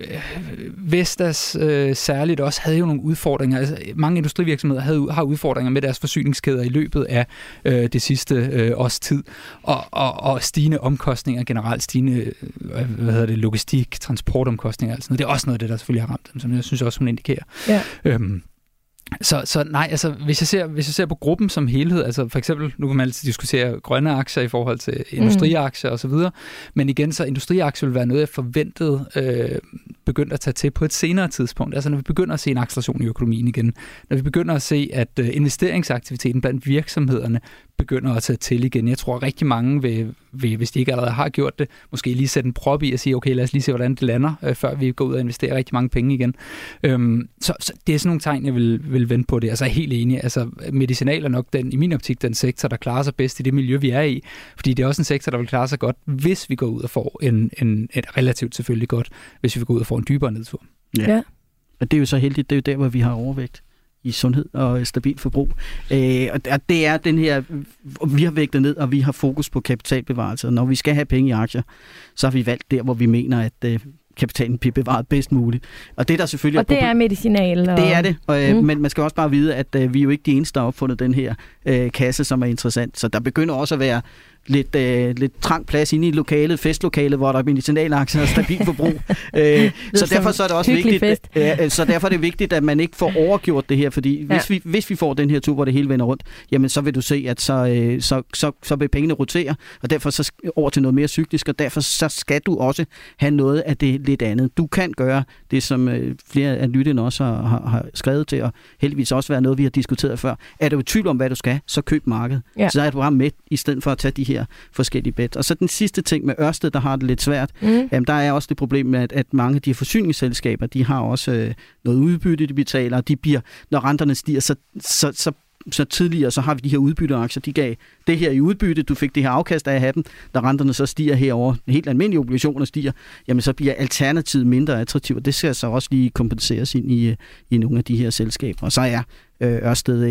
Vestas øh, særligt også havde jo nogle udfordringer. Altså, mange industrivirksomheder havde, har udfordringer med deres forsyningskæder i løbet af øh, det sidste øh, års tid, og, og, og stigende omkostninger, generelt stigende øh, hvad hedder det, logistik, transportomkostninger, altså noget. Det er også noget af det, der selvfølgelig har ramt dem, som jeg synes også, hun indikerer. Ja. Øhm, Så, så nej, altså hvis jeg, ser, hvis jeg ser på gruppen som helhed, altså for eksempel, nu kan man altid diskutere grønne aktier i forhold til industriaktier mm. osv., men igen, så industriaktier vil være noget, jeg forventede øh, begyndte at tage til på et senere tidspunkt. Altså når vi begynder at se en acceleration i økonomien igen, når vi begynder at se, at øh, investeringsaktiviteten blandt virksomhederne begynder at tage til igen. Jeg tror, at rigtig mange vil, vil, hvis de ikke allerede har gjort det, måske lige sætte en prop i og sige, okay, lad os lige se, hvordan det lander, øh, før vi går ud og investerer rigtig mange penge igen. Øhm, så, så det er sådan nogle tegn, jeg vil, vil vente på det. Altså jeg er helt enig. Altså medicinal er nok den, i min optik, den sektor, der klarer sig bedst i det miljø, vi er i. Fordi det er også en sektor, der vil klare sig godt, hvis vi går ud og får en, en et relativt selvfølgelig godt, hvis vi går ud og får en dybere nedtur. Ja. ja. Og det er jo så heldigt, det er jo der, hvor vi har overvægt i sundhed og stabilt forbrug. Øh, og det er den her, vi har vægtet ned, og vi har fokus på kapitalbevarelse. Og når vi skal have penge i aktier, så har vi valgt der, hvor vi mener, at øh, kapitalen bliver bevaret bedst muligt. Og det der selvfølgelig og det er medicinal. Og... Det er det, og, øh, mm. men man skal også bare vide, at øh, vi er jo ikke de eneste, der har opfundet den her øh, kasse, som er interessant. Så der begynder også at være lidt, øh, lidt trang plads inde i lokalet, festlokalet, hvor der er medicinalaktier og stabilt forbrug. øh, så derfor så er det også vigtigt, øh, så derfor er det vigtigt, at man ikke får overgjort det her, fordi ja. hvis, vi, hvis vi får den her tur, hvor det hele vender rundt, jamen så vil du se, at så, øh, så, så, så vil pengene rotere, og derfor så over til noget mere cyklisk, og derfor så skal du også have noget af det lidt andet. Du kan gøre det, som øh, flere af lytterne også har, har, har skrevet til, og heldigvis også være noget, vi har diskuteret før. Er du i tvivl om, hvad du skal, så køb markedet. Ja. Så er du bare med, i stedet for at tage de her forskellige bet. Og så den sidste ting med Ørsted, der har det lidt svært, mm. jamen, der er også det problem med, at, at mange af de forsyningsselskaber, de har også øh, noget udbytte, de betaler, og de bliver, når renterne stiger, så, så, så så tidligere, så har vi de her udbytteaktier, de gav det her i udbytte, du fik det her afkast af at have dem, når renterne så stiger herover, helt almindelige obligationer stiger, jamen så bliver alternativet mindre attraktivt, og det skal så også lige kompenseres ind i, i nogle af de her selskaber. Og så er øh, Ørsted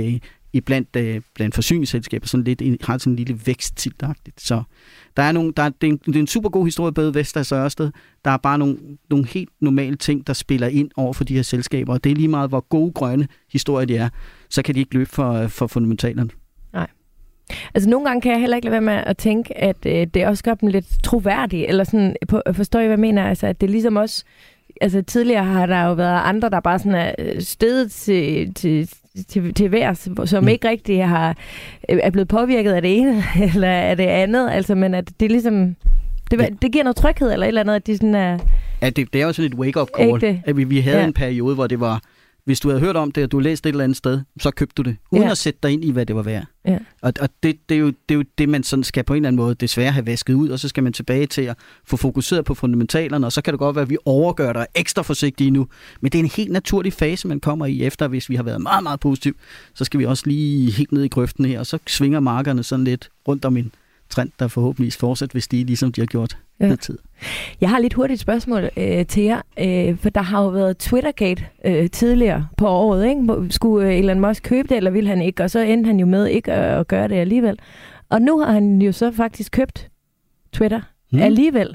i blandt, øh, blandt forsyningsselskaber sådan lidt, har sådan en lille væksttilagtigt. Så der er nogle, der er, det, er en, det er en super god historie, både Vestas og Ørsted. Der er bare nogle, nogle helt normale ting, der spiller ind over for de her selskaber, og det er lige meget, hvor gode grønne historier de er, så kan de ikke løbe for, for fundamentalerne. Nej. Altså nogle gange kan jeg heller ikke lade være med at tænke, at øh, det også gør dem lidt troværdige, eller sådan, på, forstår I, hvad jeg mener? Altså, at det ligesom også, altså tidligere har der jo været andre, der bare sådan er stedet til, til, til, til værs, som mm. ikke rigtig har, er blevet påvirket af det ene, eller af det andet, altså, men at det ligesom, det, ja. det giver noget tryghed, eller et eller andet, at de sådan er... Ja, det, det er jo sådan et wake-up call, at vi, vi havde ja. en periode, hvor det var, hvis du havde hørt om det, og du læste et eller andet sted, så købte du det, uden ja. at sætte dig ind i, hvad det var værd. Ja. Og, og det, det, er jo, det er jo det, man sådan skal på en eller anden måde desværre have vasket ud, og så skal man tilbage til at få fokuseret på fundamentalerne, og så kan det godt være, at vi overgør dig ekstra forsigtige nu. Men det er en helt naturlig fase, man kommer i efter, hvis vi har været meget, meget positiv, så skal vi også lige helt ned i grøften her, og så svinger markerne sådan lidt rundt om en trend, der forhåbentlig fortsat vil stige, ligesom de har gjort ja. tid. Jeg har lidt hurtigt spørgsmål øh, til jer, øh, for der har jo været Twittergate øh, tidligere på året, ikke? Skulle øh, Elon Musk købe det, eller ville han ikke? Og så endte han jo med ikke at, at gøre det alligevel. Og nu har han jo så faktisk købt Twitter hmm. alligevel.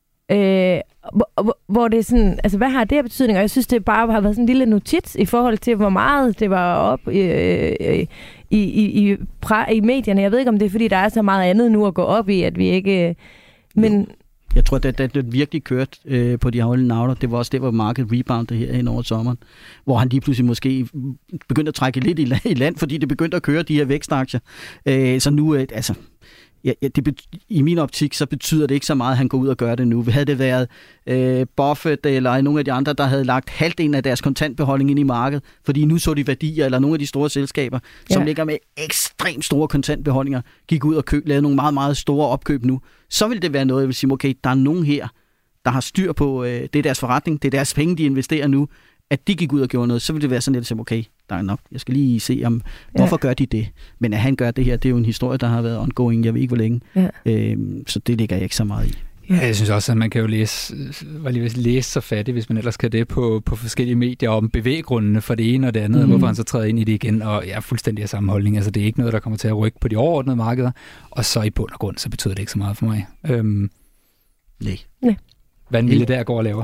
Øh, hvor, hvor det er sådan, altså hvad har det her betydning? Og jeg synes, det bare har været sådan en lille notits i forhold til, hvor meget det var op øh, øh, i, i, i, pra, i medierne. Jeg ved ikke, om det er, fordi der er så meget andet nu at gå op i, at vi ikke... Men... Jeg tror, at det, det virkelig kørt øh, på de afholdende navler. Det var også det, hvor markedet reboundede her hen over sommeren, hvor han lige pludselig måske begyndte at trække lidt i, i land, fordi det begyndte at køre de her vækstaktier. Øh, så nu, øh, altså... Ja, det bet- I min optik, så betyder det ikke så meget, at han går ud og gør det nu. Havde det været øh, Buffett eller nogle af de andre, der havde lagt halvdelen af deres kontantbeholdning ind i markedet, fordi nu så de værdier, eller nogle af de store selskaber, som ja. ligger med ekstremt store kontantbeholdninger, gik ud og køb, lavede nogle meget, meget store opkøb nu, så vil det være noget, jeg vil sige, okay, der er nogen her, der har styr på, øh, det er deres forretning, det er deres penge, de investerer nu, at de gik ud og gjorde noget, så vil det være sådan lidt som, okay, der er nok, jeg skal lige se, om hvorfor ja. gør de det. Men at han gør det her, det er jo en historie, der har været ongoing, jeg ved ikke hvor længe. Ja. Øhm, så det ligger jeg ikke så meget i. Ja, jeg synes også, at man kan jo læse, var lige læse så fattigt, hvis man ellers kan det, på, på forskellige medier om bevæggrundene for det ene og det andet, mm. og hvorfor han så træder ind i det igen, og jeg er fuldstændig af sammenholdning. Altså, det er ikke noget, der kommer til at rykke på de overordnede markeder, og så i bund og grund, så betyder det ikke så meget for mig. Øhm, Nej. Nej. Hvad en lille der går og laver.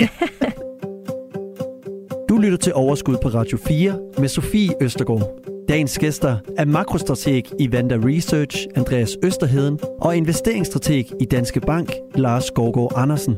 Du lytter til Overskud på Radio fire med Sofie Østergaard. Dagens gæster er makrostrateg i Vanda Research, Andreas Østerheden, og investeringsstrateg i Danske Bank, Lars Skovgaard Andersen.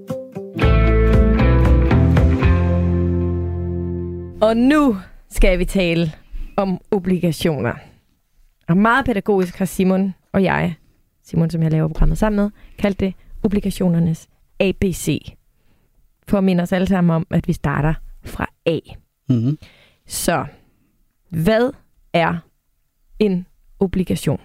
Og nu skal vi tale om obligationer. Og meget pædagogisk har Simon og jeg, Simon som jeg laver programmet sammen med, kaldt det obligationernes A B C. For at minde os alle sammen om, at vi starter fra A. Mm-hmm. Så, hvad er en obligation?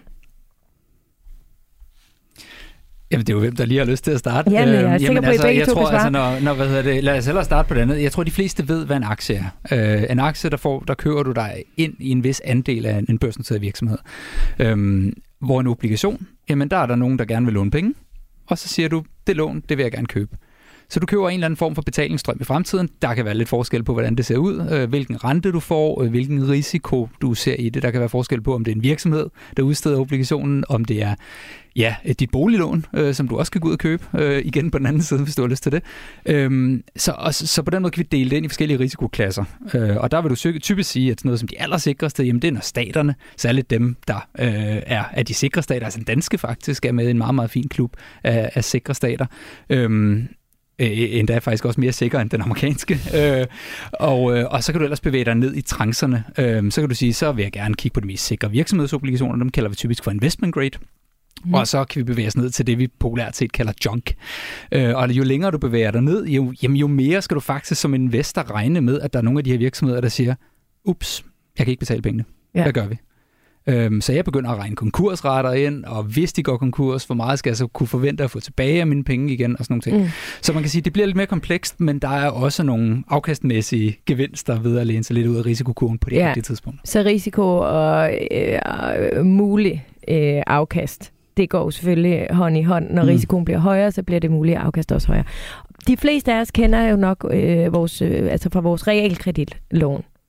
Jamen, det er jo hvem, der lige har lyst til at starte. Jamen, jeg er sikker på, altså, at I begge jeg to tror, kan svare. Altså, når, når, hvad hedder det, lad os hellere starte på det andet. Jeg tror, de fleste ved, hvad en aktie er. Uh, en aktie, der, får, der køber du dig ind i en vis andel af en, en børsnoteret virksomhed. Um, hvor en obligation, jamen der er der nogen, der gerne vil låne penge, og så siger du, det lån, det vil jeg gerne købe. Så du køber en eller anden form for betalingsstrøm i fremtiden. Der kan være lidt forskel på, hvordan det ser ud, hvilken rente du får, hvilken risiko du ser i det. Der kan være forskel på, om det er en virksomhed, der udsteder obligationen, om det er ja, dit boliglån, øh, som du også kan gå ud og købe, øh, igen på den anden side, hvis du har lyst til det. Øhm, så, og, så på den måde kan vi dele det ind i forskellige risikoklasser. Øh, og der vil du typisk sige, at sådan noget som de allersikreste, jamen det er når staterne, særligt dem, der øh, er, er de sikre stater, altså den danske faktisk, er med i en meget, meget fin klub af, af sikre stater. Øhm, endda er faktisk også mere sikker end den amerikanske. Øh, og, øh, og så kan du ellers bevæge dig ned i trancerne. Øh, så kan du sige, så vil jeg gerne kigge på de mest sikre virksomhedsobligationer. Dem kalder vi typisk for investment grade. Mm. Og så kan vi bevæge os ned til det, vi populært set kalder junk. Øh, og jo længere du bevæger dig ned, jo, jamen, jo mere skal du faktisk som investor regne med, at der er nogle af de her virksomheder, der siger, ups, jeg kan ikke betale pengene. Ja. Hvad gør vi? Øhm, så jeg begynder at regne konkursrater ind, og hvis de går konkurs, hvor meget skal jeg så kunne forvente at få tilbage af mine penge igen, og sådan nogle ting. Mm. Så man kan sige, at det bliver lidt mere komplekst, men der er også nogle afkastmæssige gevinster ved at læne sig lidt ud af risikokurven på det ja. rigtige tidspunkt. Så risiko og øh, mulig øh, afkast, det går selvfølgelig hånd i hånd. Når mm. risikoen bliver højere, så bliver det mulige afkast også højere. De fleste af os kender jo nok øh, vores, øh, altså fra vores realkreditlån.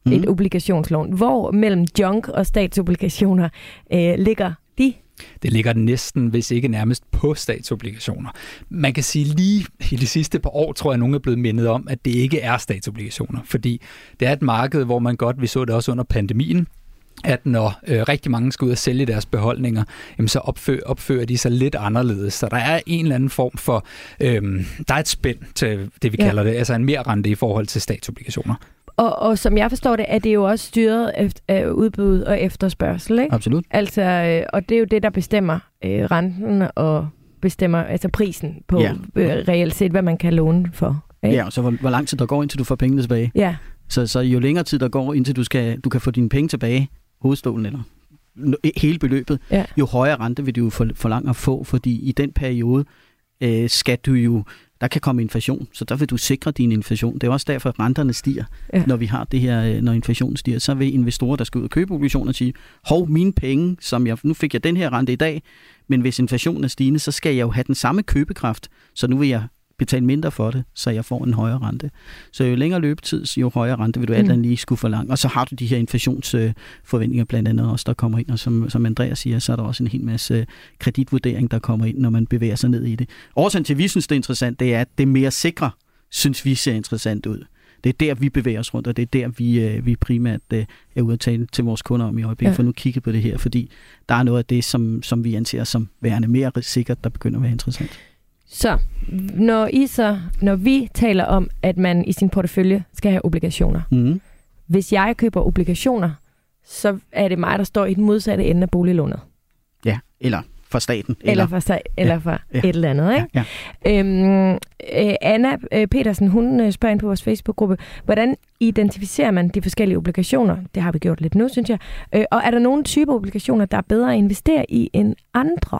mm. et obligationslån. Hvor mellem junk og statsobligationer øh, ligger de? Det ligger næsten, hvis ikke nærmest, på statsobligationer. Man kan sige lige i de sidste par år, tror jeg, nogen er blevet mindet om, at det ikke er statsobligationer. Fordi det er et marked, hvor man godt, vi så det også under pandemien, at når øh, rigtig mange skal ud og sælge deres beholdninger, jamen så opfører, opfører de sig lidt anderledes. Så der er en eller anden form for, øh, der er et spænd til det, vi ja. kalder det, altså en merrente i forhold til statsobligationer. Og, og som jeg forstår det, er det jo også styret af udbud og efterspørgsel, ikke? Absolut. Altså, øh, og det er jo det, der bestemmer øh, renten og bestemmer altså prisen på ja. øh, reelt set, hvad man kan låne for. Ikke? Ja, og så hvor, hvor lang tid der går, indtil du får pengene tilbage. Ja. Så, så jo længere tid der går, indtil du, skal, du kan få dine penge tilbage, hovedstolen eller hele beløbet, ja. jo højere rente vil du jo forlange at få, fordi i den periode øh, skal du jo, der kan komme inflation, så der vil du sikre din inflation. Det er også derfor, at renterne stiger, ja. når vi har det her, når inflationen stiger. Så vil investorer, der skal ud og købe obligationer, sige, hov, mine penge, som jeg, nu fik jeg den her rente i dag, men hvis inflationen er stigende, så skal jeg jo have den samme købekraft, så nu vil jeg betale mindre for det, så jeg får en højere rente. Så jo længere løbetid, jo højere rente vil du alt andet lige skulle forlange. Og så har du de her inflationsforventninger blandt andet også, der kommer ind. Og som, som Andreas siger, så er der også en hel masse kreditvurdering, der kommer ind, når man bevæger sig ned i det. Årsagen til, at vi synes, det er interessant, det er, at det mere sikre, synes vi ser interessant ud. Det er der, vi bevæger os rundt, og det er der, vi, vi primært er ude at tale til vores kunder om i øjeblikket, ja. for nu kigge på det her, fordi der er noget af det, som, som vi anser som værende mere sikkert, der begynder at være interessant. Så når, I så, når vi taler om, at man i sin portefølje skal have obligationer, mm. hvis jeg køber obligationer, så er det mig, der står i den modsatte ende af boliglånet. Ja, eller fra staten. Eller, eller fra, eller fra ja, ja. et eller andet. Ikke? Ja, ja. Øhm, øh, Anna øh, Petersen, hun spørger ind på vores Facebook-gruppe, hvordan identificerer man de forskellige obligationer? Det har vi gjort lidt nu, synes jeg. Øh, og er der nogle typer obligationer, der er bedre at investere i end andre?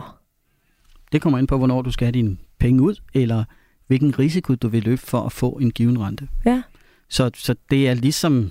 Det kommer ind på, hvornår du skal have dine penge ud, eller hvilken risiko du vil løbe for at få en given rente. Ja. Så, så det er ligesom...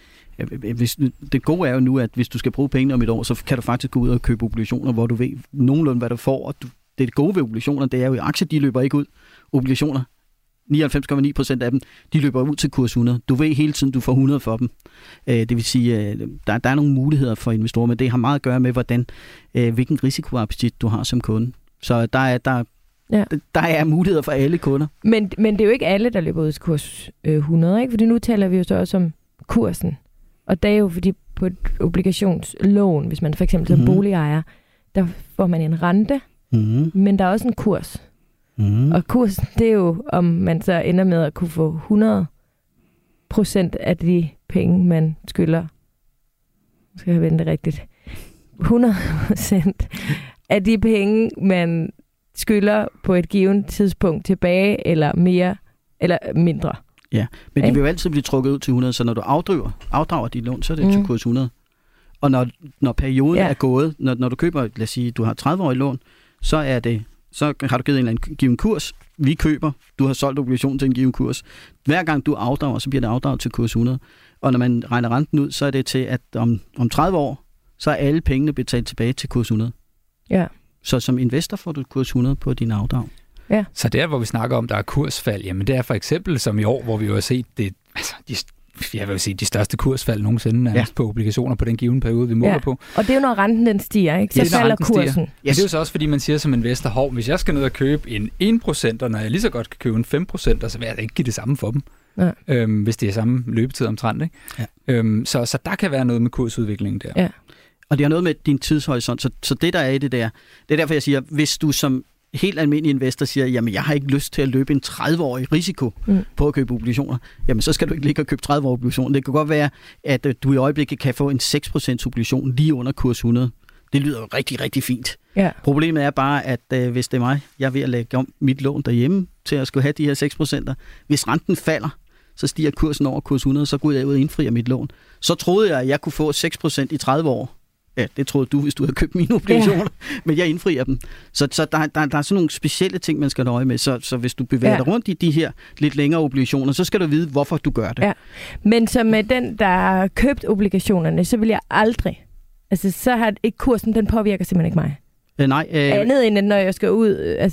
Hvis, det gode er jo nu, at hvis du skal bruge penge om et år, så kan du faktisk gå ud og købe obligationer, hvor du ved nogenlunde, hvad du får. Og du, det gode ved obligationer, det er jo, at aktier, de løber ikke ud. Obligationer, nioghalvfems komma ni procent af dem, de løber ud til kurs hundrede. Du ved hele tiden, du får hundrede for dem. Det vil sige, der, der er nogle muligheder for investorer, men det har meget at gøre med, hvordan, hvilken risikoappetit du har som kunde. Så der er, der, ja. der er muligheder for alle kunder. Men, men det er jo ikke alle, der løber ud til kurs hundrede, ikke? Fordi nu taler vi jo så også om kursen. Og det er jo fordi på et obligationslån, hvis man for eksempel som mm-hmm. boligejer, der får man en rente, mm-hmm. men der er også en kurs. Mm-hmm. Og kursen, det er jo, om man så ender med at kunne få hundrede procent af de penge, man skylder. Nu skal jeg vente rigtigt. hundrede procent af de penge, man skylder på et givet tidspunkt tilbage, eller mere, eller mindre. Ja, men de vil jo altid blive trukket ud til hundrede, så når du afdrager, afdrager dit lån, så er det mm. til kurs hundrede. Og når, når perioden ja. er gået, når, når du køber, lad os sige, du har tredive-årig lån, så er det, så har du givet en eller anden given kurs, vi køber, du har solgt obligationen til en given kurs. Hver gang du afdrager, så bliver det afdraget til kurs hundrede. Og når man regner renten ud, så er det til, at om, om tredive år, så er alle pengene betalt tilbage til kurs hundrede. Ja. Så som investor får du kurs hundrede på din afdrag. Ja. Så der, hvor vi snakker om, der er kursfald, jamen det er for eksempel som i år, hvor vi jo har set det, altså de, jeg vil sige, de største kursfald nogensinde ja. på obligationer på den givne periode, vi måler ja. på. Og det er jo, når renten den stiger, ikke? Så ja, falder kursen. Yes. Men det er jo så også, fordi man siger som investor, hov, hvis jeg skal ned og købe en en procent, når jeg lige så godt kan købe en fem procent, så vil jeg ikke give det samme for dem. Ja. Øhm, hvis det er samme løbetid omtrent, ikke? Ja. Øhm, så, så der kan være noget med kursudviklingen der. Ja. Og det har noget med din tidshorisont, så, så det der er i det der, det er derfor, jeg siger, hvis du som helt almindelig investor siger, jamen jeg har ikke lyst til at løbe en tredive-årig risiko mm. på at købe obligationer, jamen så skal du ikke ligge og købe tredive-årige obligationer. Det kan godt være, at du i øjeblikket kan få en seks procent obligation lige under kurs hundrede. Det lyder jo rigtig, rigtig fint. Ja. Problemet er bare, at øh, hvis det er mig, jeg er ved at lægge om mit lån derhjemme til at skulle have de her seks procent. Hvis renten falder, så stiger kursen over kurs hundrede, så går jeg ud og indfrier mit lån. Så troede jeg, at jeg kunne få seks procent i tredive år. Ja, det troede du, hvis du havde købt mine obligationer, ja. men jeg indfrier dem. Så, så der, der, der er sådan nogle specielle ting, man skal nøje med. Så, så hvis du bevæger ja. dig rundt i de her lidt længere obligationer, så skal du vide, hvorfor du gør det. Ja. Men som med den, der har købt obligationerne, så vil jeg aldrig... Altså, så har ikke kursen, den påvirker simpelthen ikke mig. Øh, nej. Øh, Andet end, når jeg skal ud... Altså.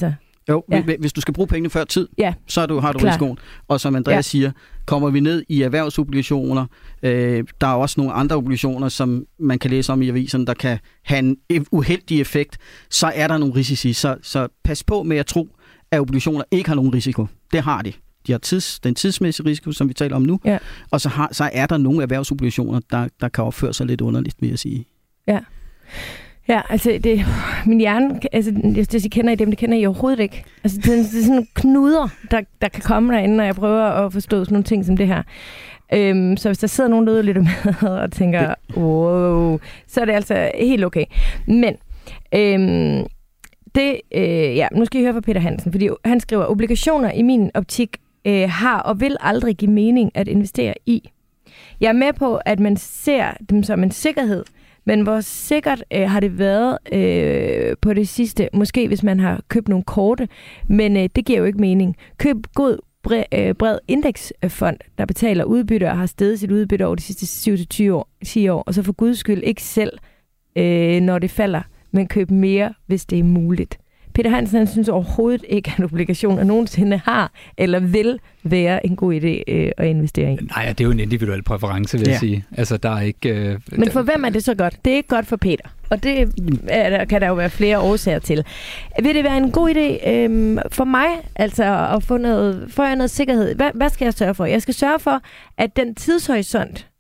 Jo, ja. hvis du skal bruge pengene før tid, ja. så du, har du Klar. risikoen. Og som Andreas ja. siger, kommer vi ned i erhvervsobligationer, øh, der er også nogle andre obligationer, som man kan læse om i aviserne, der kan have en uheldig effekt, så er der nogle risici. Så, så pas på med at tro, at obligationer ikke har nogen risiko. Det har de. De har tids, den tidsmæssige risiko, som vi taler om nu, ja. og så, har, så er der nogle erhvervsobligationer, der, der kan opføre sig lidt underligt, vil jeg sige. Ja. Ja, altså, det, min hjerne, altså, det, det kender I dem, det kender I overhovedet ikke. Altså, det, det er sådan nogle knuder, der, der kan komme derinde, når jeg prøver at forstå sådan nogle ting som det her. Øhm, så hvis der sidder nogen derude og lytter med og tænker, wow, så er det altså helt okay. Men, øhm, det, øh, ja, nu skal I høre fra Peter Hansen, fordi han skriver, obligationer i min optik øh, har og vil aldrig give mening at investere i. Jeg er med på, at man ser dem som en sikkerhed, men hvor sikkert øh, har det været øh, på det sidste? Måske hvis man har købt nogle korte, men øh, det giver jo ikke mening. Køb god bred, øh, bred indeksfond, der betaler udbytte og har steget sit udbytte over de sidste syv til ti år, og så for guds skyld ikke selv, øh, når det falder, men køb mere, hvis det er muligt. Peter Hansen, han synes overhovedet ikke, at obligationer nogensinde har eller vil være en god idé øh, at investere i. Nej, det er jo en individuel præference, vil ja. jeg sige. Altså, der er ikke... Øh, Men for hvem er det så godt? Det er ikke godt for Peter. Og det er, der, kan der jo være flere årsager til. Vil det være en god idé øh, for mig, altså at få noget, få noget sikkerhed? Hvad, hvad skal jeg sørge for? Jeg skal sørge for, at den tidshorisont,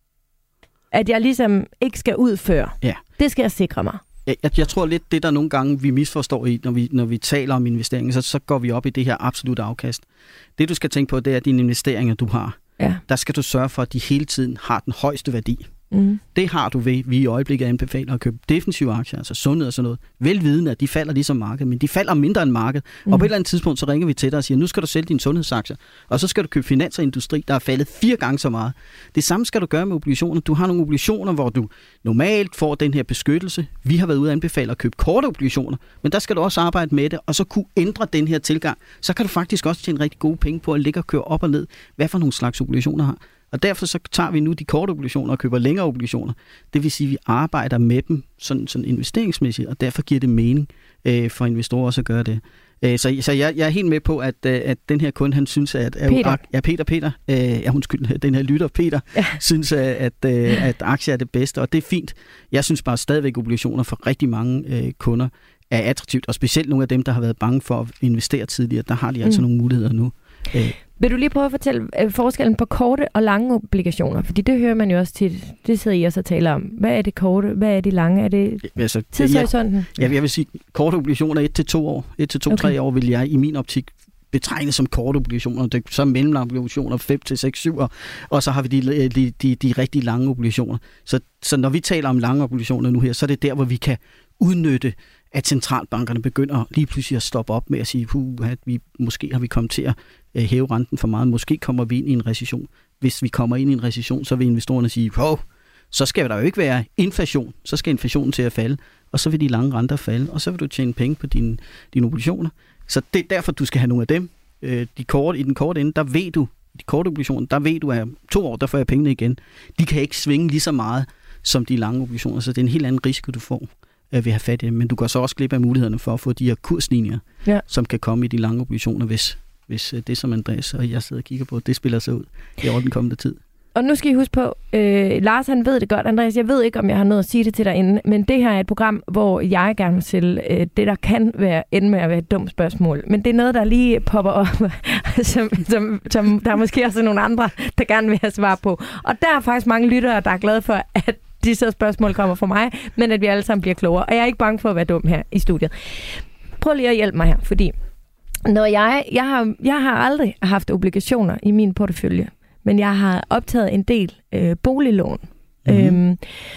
at jeg ligesom ikke skal udføre, ja. det skal jeg sikre mig. Jeg, jeg tror lidt, det der nogle gange vi misforstår i, når vi, når vi taler om investeringer, så, så går vi op i det her absolut afkast. Det du skal tænke på, det er dine investeringer, du har. Ja. Der skal du sørge for, at de hele tiden har den højeste værdi. Mm. Det har du ved, vi i øjeblikket anbefaler at købe defensive aktier, altså sundhed og sådan noget. Velvidende, at de falder ligesom markedet, men de falder mindre end markedet. Mm. Og på et eller andet tidspunkt, så ringer vi til dig og siger, nu skal du sælge dine sundhedsaktier, og så skal du købe finans og industri, der er faldet fire gange så meget. Det samme skal du gøre med obligationer. Du har nogle obligationer, hvor du normalt får den her beskyttelse. Vi har været ude og anbefale at købe korte obligationer, men der skal du også arbejde med det, og så kunne ændre den her tilgang. Så kan du faktisk også tjene rigtig gode penge på at ligge og køre op og ned, hvad for nogle slags obligationer har. Og derfor så tager vi nu de korte obligationer og køber længere obligationer. Det vil sige, at vi arbejder med dem sådan, sådan investeringsmæssigt, og derfor giver det mening øh, for investorer også at gøre det. Øh, så så jeg, jeg er helt med på, at, at den her kunde, han synes, at... Peter. Ja, Peter, Peter. Øh, ja, undskyld, den her lytter, Peter, ja. synes, at, at, at aktier er det bedste, og det er fint. Jeg synes bare stadigvæk, obligationer for rigtig mange øh, kunder er attraktivt, og specielt nogle af dem, der har været bange for at investere tidligere, der har de altså mm. nogle muligheder nu. Øh, Vil du lige prøve at fortælle øh, forskellen på korte og lange obligationer? Fordi det hører man jo også tit. Det sidder I også og taler om. Hvad er det korte? Hvad er det lange? Er det altså, tidshorisonten? Ja, jeg vil sige, korte obligationer et til to år. et til to til tre okay. år vil jeg i min optik betegne som korte obligationer. Det, så mellemlange obligationer fem til seks syv år. Og så har vi de, de, de, de rigtig lange obligationer. Så, så når vi taler om lange obligationer nu her, så er det der, hvor vi kan udnytte, at centralbankerne begynder lige pludselig at stoppe op med at sige, at vi, måske har vi kommet til at hæve renten for meget. Måske kommer vi ind i en recession. Hvis vi kommer ind i en recession, så vil investorerne sige, hov, så skal der jo ikke være inflation. Så skal inflationen til at falde, og så vil de lange renter falde, og så vil du tjene penge på dine, dine obligationer. Så det er derfor, du skal have nogle af dem. De korte, I den korte ende, der ved du, de korte obligationer, der ved du, at to år, der får jeg pengene igen. De kan ikke svinge lige så meget som de lange obligationer, så det er en helt anden risiko, du får ved at have fat i dem. Men du går så også glip af mulighederne for at få de her kurslinjer, ja. som kan komme i de lange obligationer, hvis, hvis det, som Andreas og jeg sidder og kigger på, det spiller sig ud i over den kommende tid. Og nu skal I huske på, øh, Lars han ved det godt, Andreas, jeg ved ikke, om jeg har noget at sige det til dig inden, men det her er et program, hvor jeg gerne vil stille øh, det, der kan være ende med at være et dumt spørgsmål. Men det er noget, der lige popper op, som, som, som der er måske også nogle andre, der gerne vil have svar på. Og der er faktisk mange lyttere, der er glade for, at disse spørgsmål kommer fra mig, men at vi alle sammen bliver klogere. Og jeg er ikke bange for at være dum her i studiet. Prøv lige at hjælpe mig her, fordi når jeg, jeg, har, jeg har aldrig haft obligationer i min portefølje, men jeg har optaget en del øh, boliglån. Mm-hmm. Øhm,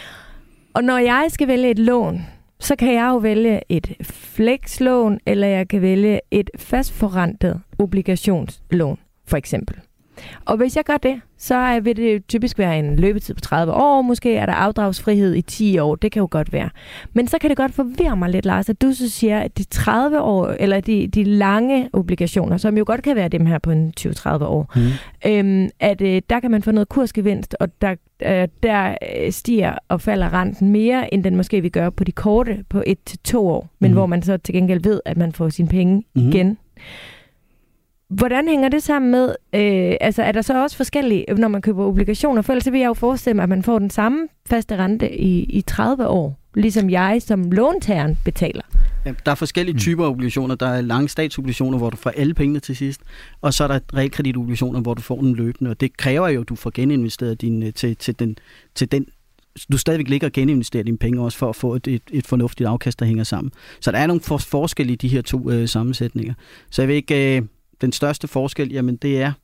og når jeg skal vælge et lån, så kan jeg jo vælge et flekslån, eller jeg kan vælge et fastforrentet obligationslån, for eksempel. Og hvis jeg gør det, så vil det typisk være en løbetid på tredive år. Måske er der afdragsfrihed i ti år. Det kan jo godt være. Men så kan det godt forvirre mig lidt, Lars, at du så siger, at de tredive år, eller de, de lange obligationer, som jo godt kan være dem her på en tyve til tredive år, mm. øhm, at øh, der kan man få noget kursgevinst, og der, øh, der stiger og falder renten mere, end den måske vil gøre på de korte på et til to år. Men mm. hvor man så til gengæld ved, at man får sine penge mm. igen. Hvordan hænger det sammen med, øh, altså er der så også forskellige, når man køber obligationer? For ellers vil jeg jo forestille mig, at man får den samme faste rente i, i tredive år, ligesom jeg som låntageren betaler. Ja, der er forskellige typer af obligationer. Der er lange statsobligationer, hvor du får alle pengene til sidst, og så er der realkreditobligationer, hvor du får den løbende, og det kræver jo, at du får geninvesteret din, til, til, den, til den, du stadigvæk ligger og geninvesterer dine penge også for at få et, et, et fornuftigt afkast, der hænger sammen. Så der er nogle for, forskelle i de her to øh, sammensætninger. Så jeg vil ikke, øh, den største forskel, jamen det er,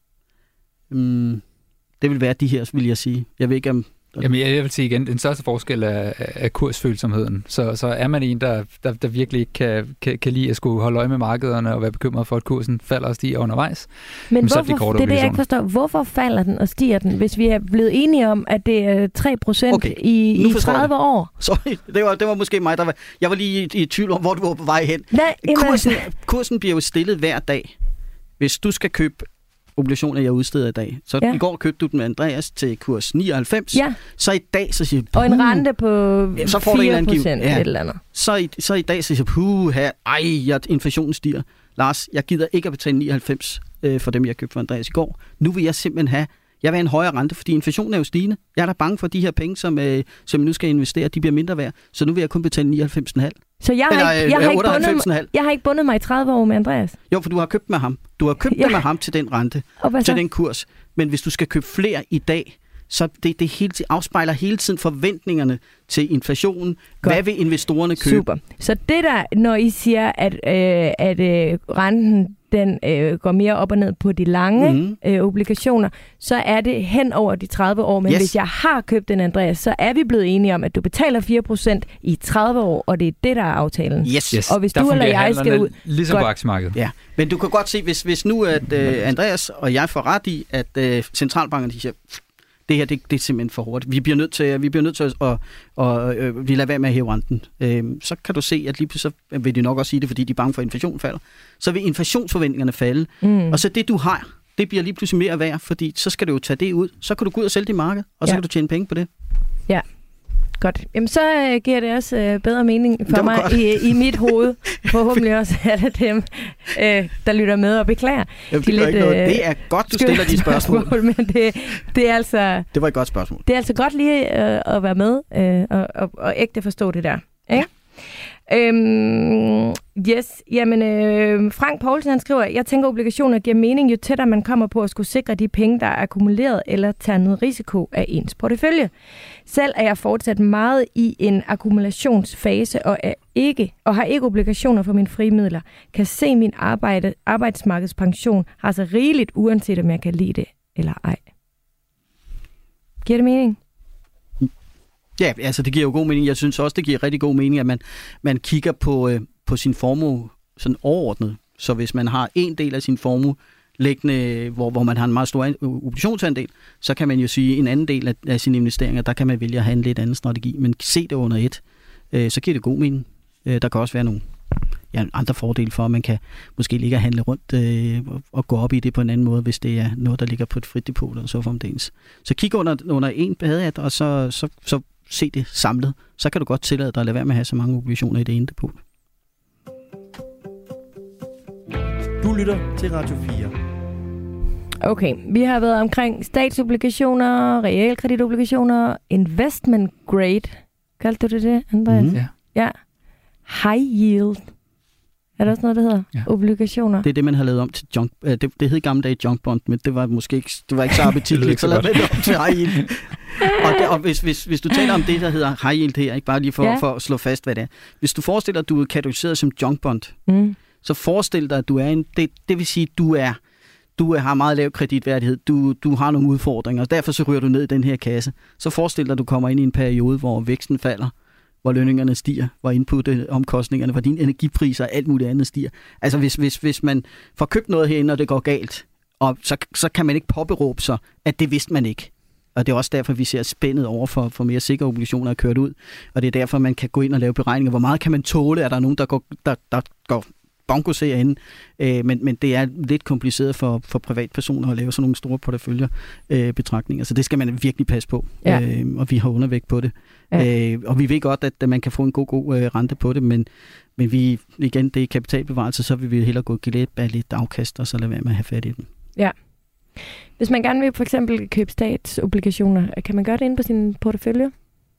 mm, det vil være de her, vil jeg sige. Jeg ved ikke om Jamen, jeg vil sige igen, den største forskel er, er kursfølsomheden. Så, så er man en, der, der, der virkelig ikke kan, kan, kan lide at skulle holde øje med markederne og være bekymret for, at kursen falder og stiger undervejs. Men hvorfor, det, det er det, jeg ikke forstår. Hvorfor falder den og stiger den, hvis vi er blevet enige om, at det er tre procent okay, i, i tredive år? Sorry, det var, det var måske mig, der var... Jeg var lige i, i tvivl om, hvor du var på vej hen. Nej, kursen, kursen bliver jo stillet hver dag. Hvis du skal købe obligationer, jeg udsteder i dag. Så ja. I går købte du den med Andreas til kurs nioghalvfems. Ja. Så i dag, så siger jeg... Og en rente på ja, så får fire procent ja. eller andet. Så i, så i dag, så siger jeg, puh, her, ej, jeg, inflationen stiger. Lars, jeg gider ikke at betale nioghalvfems øh, for dem, jeg købte for Andreas i går. Nu vil jeg simpelthen have... Jeg vil have en højere rente, fordi inflationen er jo stigende. Jeg er da bange for, at de her penge, som, øh, som jeg nu skal investere, de bliver mindre værd. Så nu vil jeg kun betale nioghalvfems komma fem. Så jeg har, Eller, ikke, jeg, øh, har ikke bundet, jeg har ikke bundet mig i tredive år med Andreas? Jo, for du har købt med ham. Du har købt ja. med ham til den rente, til den kurs. Men hvis du skal købe flere i dag, så det, det hele, afspejler hele tiden forventningerne til inflationen. Godt. Hvad vil investorerne købe? Super. Så det der, når I siger, at, øh, at øh, renten den øh, går mere op og ned på de lange mm. øh, obligationer, så er det hen over de tredive år. Men yes. hvis jeg har købt den, Andreas, så er vi blevet enige om, at du betaler fire procent i tredive år, og det er det, der er aftalen. Yes. Yes. Og hvis der du eller jeg skal ud... Ligesom på aktiemarkedet. Ja, men du kan godt se, hvis, hvis nu at øh, Andreas og jeg får ret i, at øh, centralbankerne siger, det her, det, det er simpelthen for hurtigt. Vi bliver nødt til, vi bliver nødt til at og, og, øh, vi lader være med at hæve renten. Øh, så kan du se, at lige pludselig så vil de nok også sige det, fordi de er bange for, at inflationen falder. Så vil inflationsforventningerne falde. Mm. Og så det, du har, det bliver lige pludselig mere værd, fordi så skal du jo tage det ud. Så kan du gå ud og sælge det i markedet, og så ja. kan du tjene penge på det. Ja. Godt. Jamen, så øh, giver det også øh, bedre mening for mig i, i mit hoved. Forhåbentlig også er det dem, øh, der lytter med og beklager. Jamen, det, de lidt, øh, det er godt, du stiller de spørgsmål. spørgsmål men det, det, er altså, det var et godt spørgsmål. Det er altså godt lige øh, at være med øh, og, og, og ægte forstå det der. Ikke? Øhm, yes, jamen øh, Frank Poulsen han skriver, jeg tænker obligationer giver mening, jo tættere man kommer på at skulle sikre de penge, der er akkumuleret eller tager noget risiko af ens portefølje. Selv er jeg fortsat meget i en akkumulationsfase og, er ikke, og har ikke obligationer for mine frie midler. Kan se min arbejde, arbejdsmarkedspension har så rigeligt, uanset om jeg kan lide det eller ej. Giver det mening? Ja, altså det giver jo god mening. Jeg synes også, det giver rigtig god mening, at man, man kigger på, øh, på sin formue sådan overordnet. Så hvis man har en del af sin formue liggende, hvor, hvor man har en meget stor obligationsandel, så kan man jo sige, at en anden del af, af sine investeringer, der kan man vælge at have en lidt anden strategi. Men se det under et, øh, så giver det god mening. Øh, der kan også være nogle ja, andre fordele for, at man kan måske ligge og handle rundt øh, og gå op i det på en anden måde, hvis det er noget, der ligger på et frit depot eller så fremdeles. Så kig under, under en badehat, og så, så, så se det samlet. Så kan du godt tillade dig at lade være med at have så mange obligationer i det ene depot. Du lytter til Radio fire. Okay, vi har været omkring statsobligationer, realkreditobligationer, investment grade. Kaldte du det det, Andreas? Mm. Ja. Ja. High yield. Er der også noget, der hedder ja. obligationer? Det er det, man har lavet om til junk. Det, det hed i gamle dage junk bond, men det var måske ikke, det var ikke så appetitligt, så lavede det om til high yield. Og, det, og hvis, hvis, hvis du taler om det, der hedder high yield her, ikke bare lige for, ja. for at slå fast, hvad det er. Hvis du forestiller dig, at du er kategoriseret som junk bond, mm. så forestil dig, at du er en, det, det vil sige, at du er du har meget lav kreditværdighed, du, du har nogle udfordringer, og derfor så ryger du ned i den her kasse. Så forestil dig, at du kommer ind i en periode, hvor væksten falder, hvor lønningerne stiger, hvor input-omkostningerne, hvor dine energipriser og alt muligt andet stiger. Altså hvis, hvis, hvis man får købt noget herinde, og det går galt, og så, så kan man ikke påberåbe sig, at det vidste man ikke. Og det er også derfor, vi ser spændet over for, for mere sikre obligationer er kørt ud. Og det er derfor, man kan gå ind og lave beregninger. Hvor meget kan man tåle? Er der nogen, der går, der, der går bongo herinde, øh, men, men det er lidt kompliceret for, for privatpersoner at lave sådan nogle store porteføljer øh, betragtninger, så det skal man virkelig passe på, ja. øh, og vi har undervægt på det. Ja. Øh, og vi ved godt, at man kan få en god, god øh, rente på det, men, men vi, igen, det er kapitalbevarelse, så vil vi hellere gå glip af lidt afkast, og så lade være med at have fat i den. Ja. Hvis man gerne vil for eksempel købe statsobligationer, kan man gøre det inde på sin portefølje?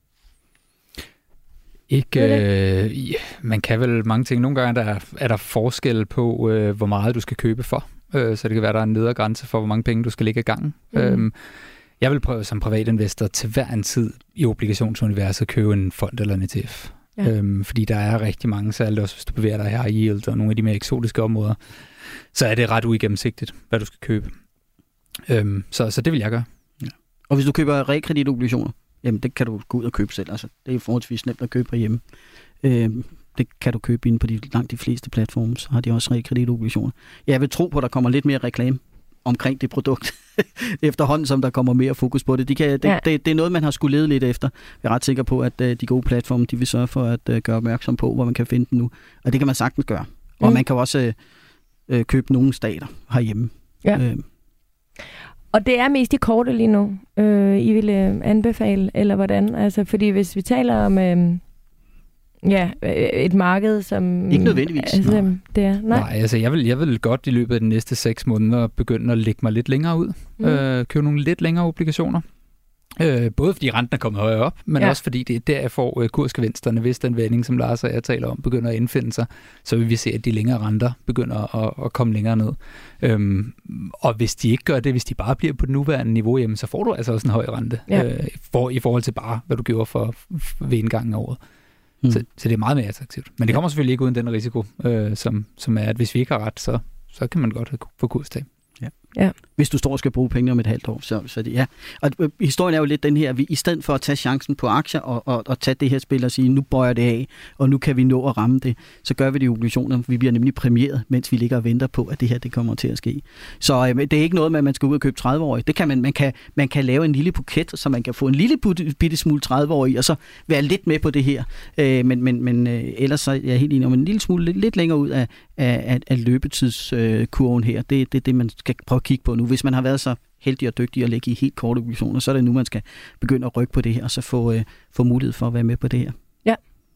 Ikke, øh, man kan vel mange ting. Nogle gange er der, er der forskel på, øh, hvor meget du skal købe for. Øh, så det kan være, der er en nedre grænse for, hvor mange penge du skal lægge i gangen. Mm. Øhm, jeg vil prøve som privatinvestor til hver en tid i obligationsuniverset at købe en fond eller en E T F. Ja. Øhm, fordi der er rigtig mange, særligt også hvis du bevæger dig her i yield og nogle af de mere eksotiske områder, så er det ret uigennemsigtigt, hvad du skal købe. Øhm, så, så det vil jeg gøre. Ja. Og hvis du køber realkreditobligationer, jamen det kan du gå ud og købe selv. Altså, det er forholdsvis nemt at købe herhjemme. Øhm, det kan du købe inde på de langt de fleste platforme, så har de også realkreditobligationer. Jeg vil tro på, at der kommer lidt mere reklame omkring det produkt, efterhånden som der kommer mere fokus på det. De kan, det, ja. det. Det er noget, man har skulle lede lidt efter. Jeg er ret sikker på, at uh, de gode platforme, de vil sørge for at uh, gøre opmærksom på, hvor man kan finde den nu. Og det kan man sagtens gøre. Mm. Og man kan også uh, købe nogle stater herhjemme. Ja. Øh. Og det er mest i korte lige nu, øh, I vil øh, anbefale, eller hvordan? Altså, fordi hvis vi taler om øh, ja, et marked, som... Ikke nødvendigvis. Altså, det er, nej. nej, altså jeg vil, jeg vil godt i løbet af de næste seks måneder begynde at lægge mig lidt længere ud. Mm. Øh, købe nogle lidt længere obligationer. Øh, både fordi renten er kommet højere op, men ja. også fordi det er der, jeg får øh, kursgevinsterne, hvis den vending, som Lars og jeg taler om, begynder at indfinde sig, så vil vi se, at de længere renter begynder at, at komme længere ned. Øhm, og hvis de ikke gør det, hvis de bare bliver på det nuværende niveau, jamen, så får du altså også en høj rente ja. øh, for, i forhold til bare, hvad du gjorde for, for ved indgangen af året. Mm. Så, så det er meget mere attraktivt. Men det kommer selvfølgelig ikke uden den risiko, øh, som, som er, at hvis vi ikke har ret, så, så kan man godt få kurstab. Ja. Ja. Hvis du står og skal bruge penge om et halvt år, så, så det ja. Og øh, historien er jo lidt den her, vi i stedet for at tage chancen på aktier og, og, og tage det her spil og sige, nu bøjer det af, og nu kan vi nå at ramme det, så gør vi det i obligationer. Vi bliver nemlig præmieret, mens vi ligger og venter på, at det her det kommer til at ske. Så øh, det er ikke noget med, at man skal ud og købe tredive-årige. Det kan man, man kan, man kan lave en lille buket, så man kan få en lille bitte smule tredive-årige, og så være lidt med på det her. Øh, men men, men øh, ellers så er jeg helt enig om en lille smule lidt, lidt længere ud af, af, af løbetidskurven her. Det er det, det, man skal prøve at kigge på nu. Hvis man har været så heldig og dygtig at lægge i helt korte obligationer, så er det nu, man skal begynde at rykke på det her, og så få, øh, få mulighed for at være med på det her. Ja.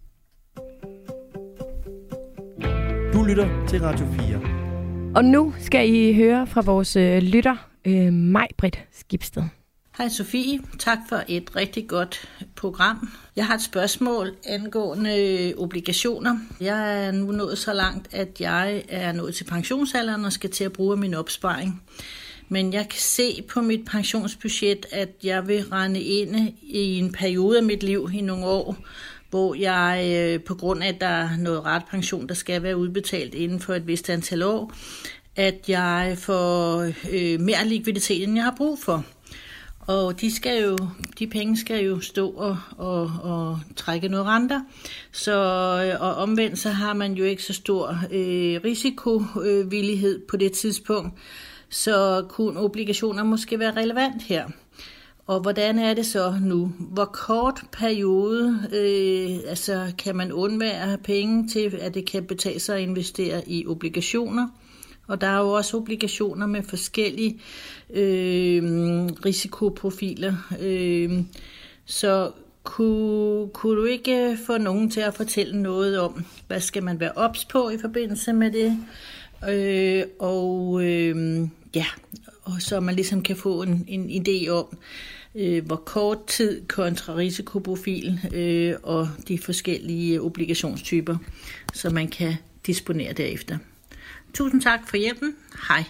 Du lytter til Radio fire. Og nu skal I høre fra vores øh, lytter, øh, Maj-Britt Skibsted. Hej Sofie, tak for et rigtig godt program. Jeg har et spørgsmål angående obligationer. Jeg er nu nået så langt, at jeg er nået til pensionsalderen og skal til at bruge min opsparing. Men jeg kan se på mit pensionsbudget, at jeg vil rende ind i en periode af mit liv i nogle år, hvor jeg på grund af, at der er noget ret pension, der skal være udbetalt inden for et vist antal år, at jeg får øh, mere likviditet, end jeg har brug for. Og de, skal jo, de penge skal jo stå og, og, og trække noget renter. Så, og omvendt så har man jo ikke så stor øh, risikovillighed på det tidspunkt. Så kunne obligationer måske være relevant her. Og hvordan er det så nu? Hvor kort periode øh, altså kan man undvære penge til, at det kan betale sig at investere i obligationer? Og der er jo også obligationer med forskellige øh, risikoprofiler. Øh, så kunne, kunne du ikke få nogen til at fortælle noget om, hvad skal man være ops på i forbindelse med det? Øh, og øh, ja, og så man ligesom kan få en, en idé om, øh, hvor kort tid kontra risikoprofil øh, og de forskellige obligationstyper, så man kan disponere derefter. Tusind tak for hjælpen. Hej.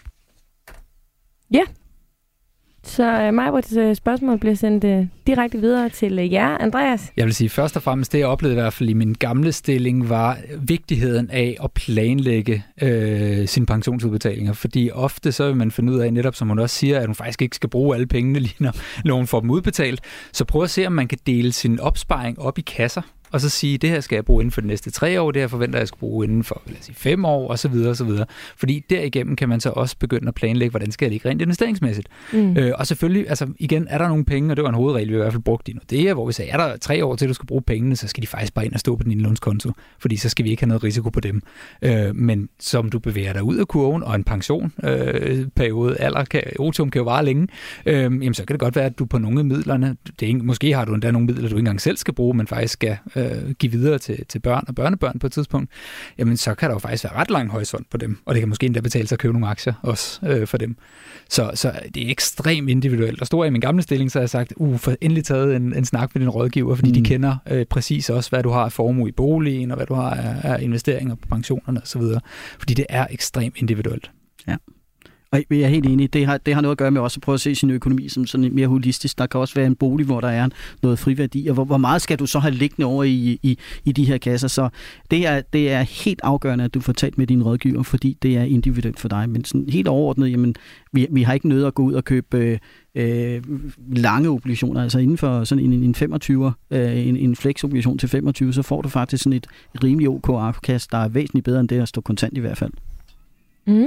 Ja, så uh, Maj-Britts spørgsmål bliver sendt uh, direkte videre til uh, jer, Andreas. Jeg vil sige, først og fremmest det, jeg oplevede i hvert fald i min gamle stilling, var vigtigheden af at planlægge øh, sine pensionsudbetalinger. Fordi ofte så vil man finde ud af, netop som hun også siger, at hun faktisk ikke skal bruge alle pengene lige når nogen får dem udbetalt. Så prøv at se, om man kan dele sin opsparing op i kasser. og så sige, det her skal jeg bruge inden for de næste tre år, det her forventer jeg skal bruge inden for lad os sige, fem år, og så videre, og så videre. Fordi derigennem kan man så også begynde at planlægge, hvordan skal jeg ligge rent investeringsmæssigt. Mm. Øh, og selvfølgelig, altså igen, er der nogle penge, og det var en hovedregel, vi i hvert fald brugte i Nordea, hvor vi sagde, er der tre år til, du skal bruge pengene, så skal de faktisk bare ind og stå på din indlånskonto, fordi så skal vi ikke have noget risiko på dem. Øh, men som du bevæger dig ud af kurven, og en pensionperiode, øh, alder, kan, otium kan jo vare længe, øh, jamen så kan det godt være, at du på nogle af midlerne, det er, måske har du endda nogle midler, du ikke engang selv skal bruge, men faktisk skal øh, give videre til, til børn og børnebørn på et tidspunkt, jamen så kan der jo faktisk være ret lang horisont på dem, og det kan måske endda betale sig at købe nogle aktier også øh, for dem. Så, så det er ekstremt individuelt. Og står jeg i min gamle stilling, så har jeg sagt, uh, for endelig taget en, en snak med din rådgiver, fordi mm. de kender øh, præcis også, hvad du har af formue i boligen, og hvad du har af, af investeringer på pensionerne osv. Fordi det er ekstremt individuelt. Ja. Og jeg er helt enig. Det har, det har noget at gøre med også at prøve at se sin økonomi som sådan mere holistisk. Der kan også være en bolig, hvor der er noget friværdi, og hvor, hvor meget skal du så have liggende over i, i, i de her kasser. Så det er, det er helt afgørende, at du får talt med din rådgiver, fordi det er individuelt for dig. Men sådan helt overordnet, jamen, vi, vi har ikke nødt at gå ud og købe øh, lange obligationer. Altså inden for sådan en, en femogtyver, øh, en, en flex-obligation til femogtyve, så får du faktisk sådan et rimelig OK afkast, der er væsentligt bedre end det at stå kontant i hvert fald. Mm.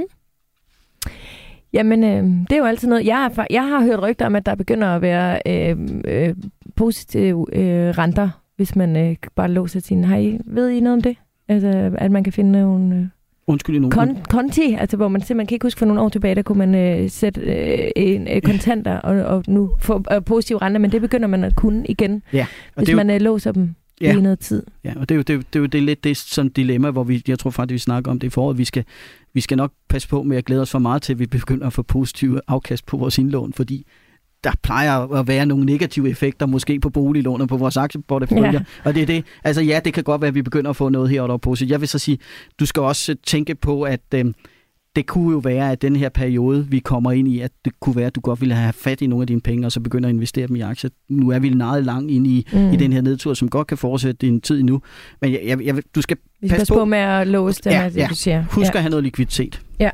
Jamen, øh, det er jo altid noget. Jeg har, jeg har hørt rygter om, at der begynder at være øh, øh, positive øh, renter, hvis man øh, bare låser sine. Har I, ved I noget om det? Altså, at man kan finde nogle øh, Undskyld, nogen. Kon- konti, altså hvor man simpelthen kan ikke huske for nogle år tilbage, der kunne man øh, sætte øh, en, øh, kontanter og, og nu få øh, positive renter, men det begynder man at kunne igen, ja, hvis det man øh, låser dem. Ja. I noget tid. Ja, og det er jo det, er jo, det, er jo det lidt det som dilemma, hvor vi, jeg tror faktisk, vi snakker om det i foråret. Vi skal, vi skal nok passe på med at glæde os for meget til, at vi begynder at få positive afkast på vores indlån, fordi der plejer at være nogle negative effekter, måske på boliglån og på vores aktieporteføljer. Ja. Og det er det. Altså ja, det kan godt være, at vi begynder at få noget her og der positivt. Jeg vil så sige, du skal også tænke på, at øh, det kunne jo være, at den her periode, vi kommer ind i, at det kunne være, at du godt ville have fat i nogle af dine penge, og så begynder at investere dem i aktier. Nu er vi meget langt ind i, mm. i den her nedtur, som godt kan fortsætte en tid endnu. Men jeg, jeg, jeg, du skal vi passe passe på, på med at låse dem, ja, altså, ja. du siger. Husk ja. at have noget likviditet. Ja.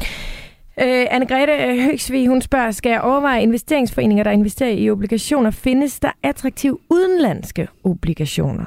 Øh, Anne-Grethe Høgsvig, hun spørger, skal jeg overveje investeringsforeninger, der investerer i obligationer? Findes der attraktive udenlandske obligationer?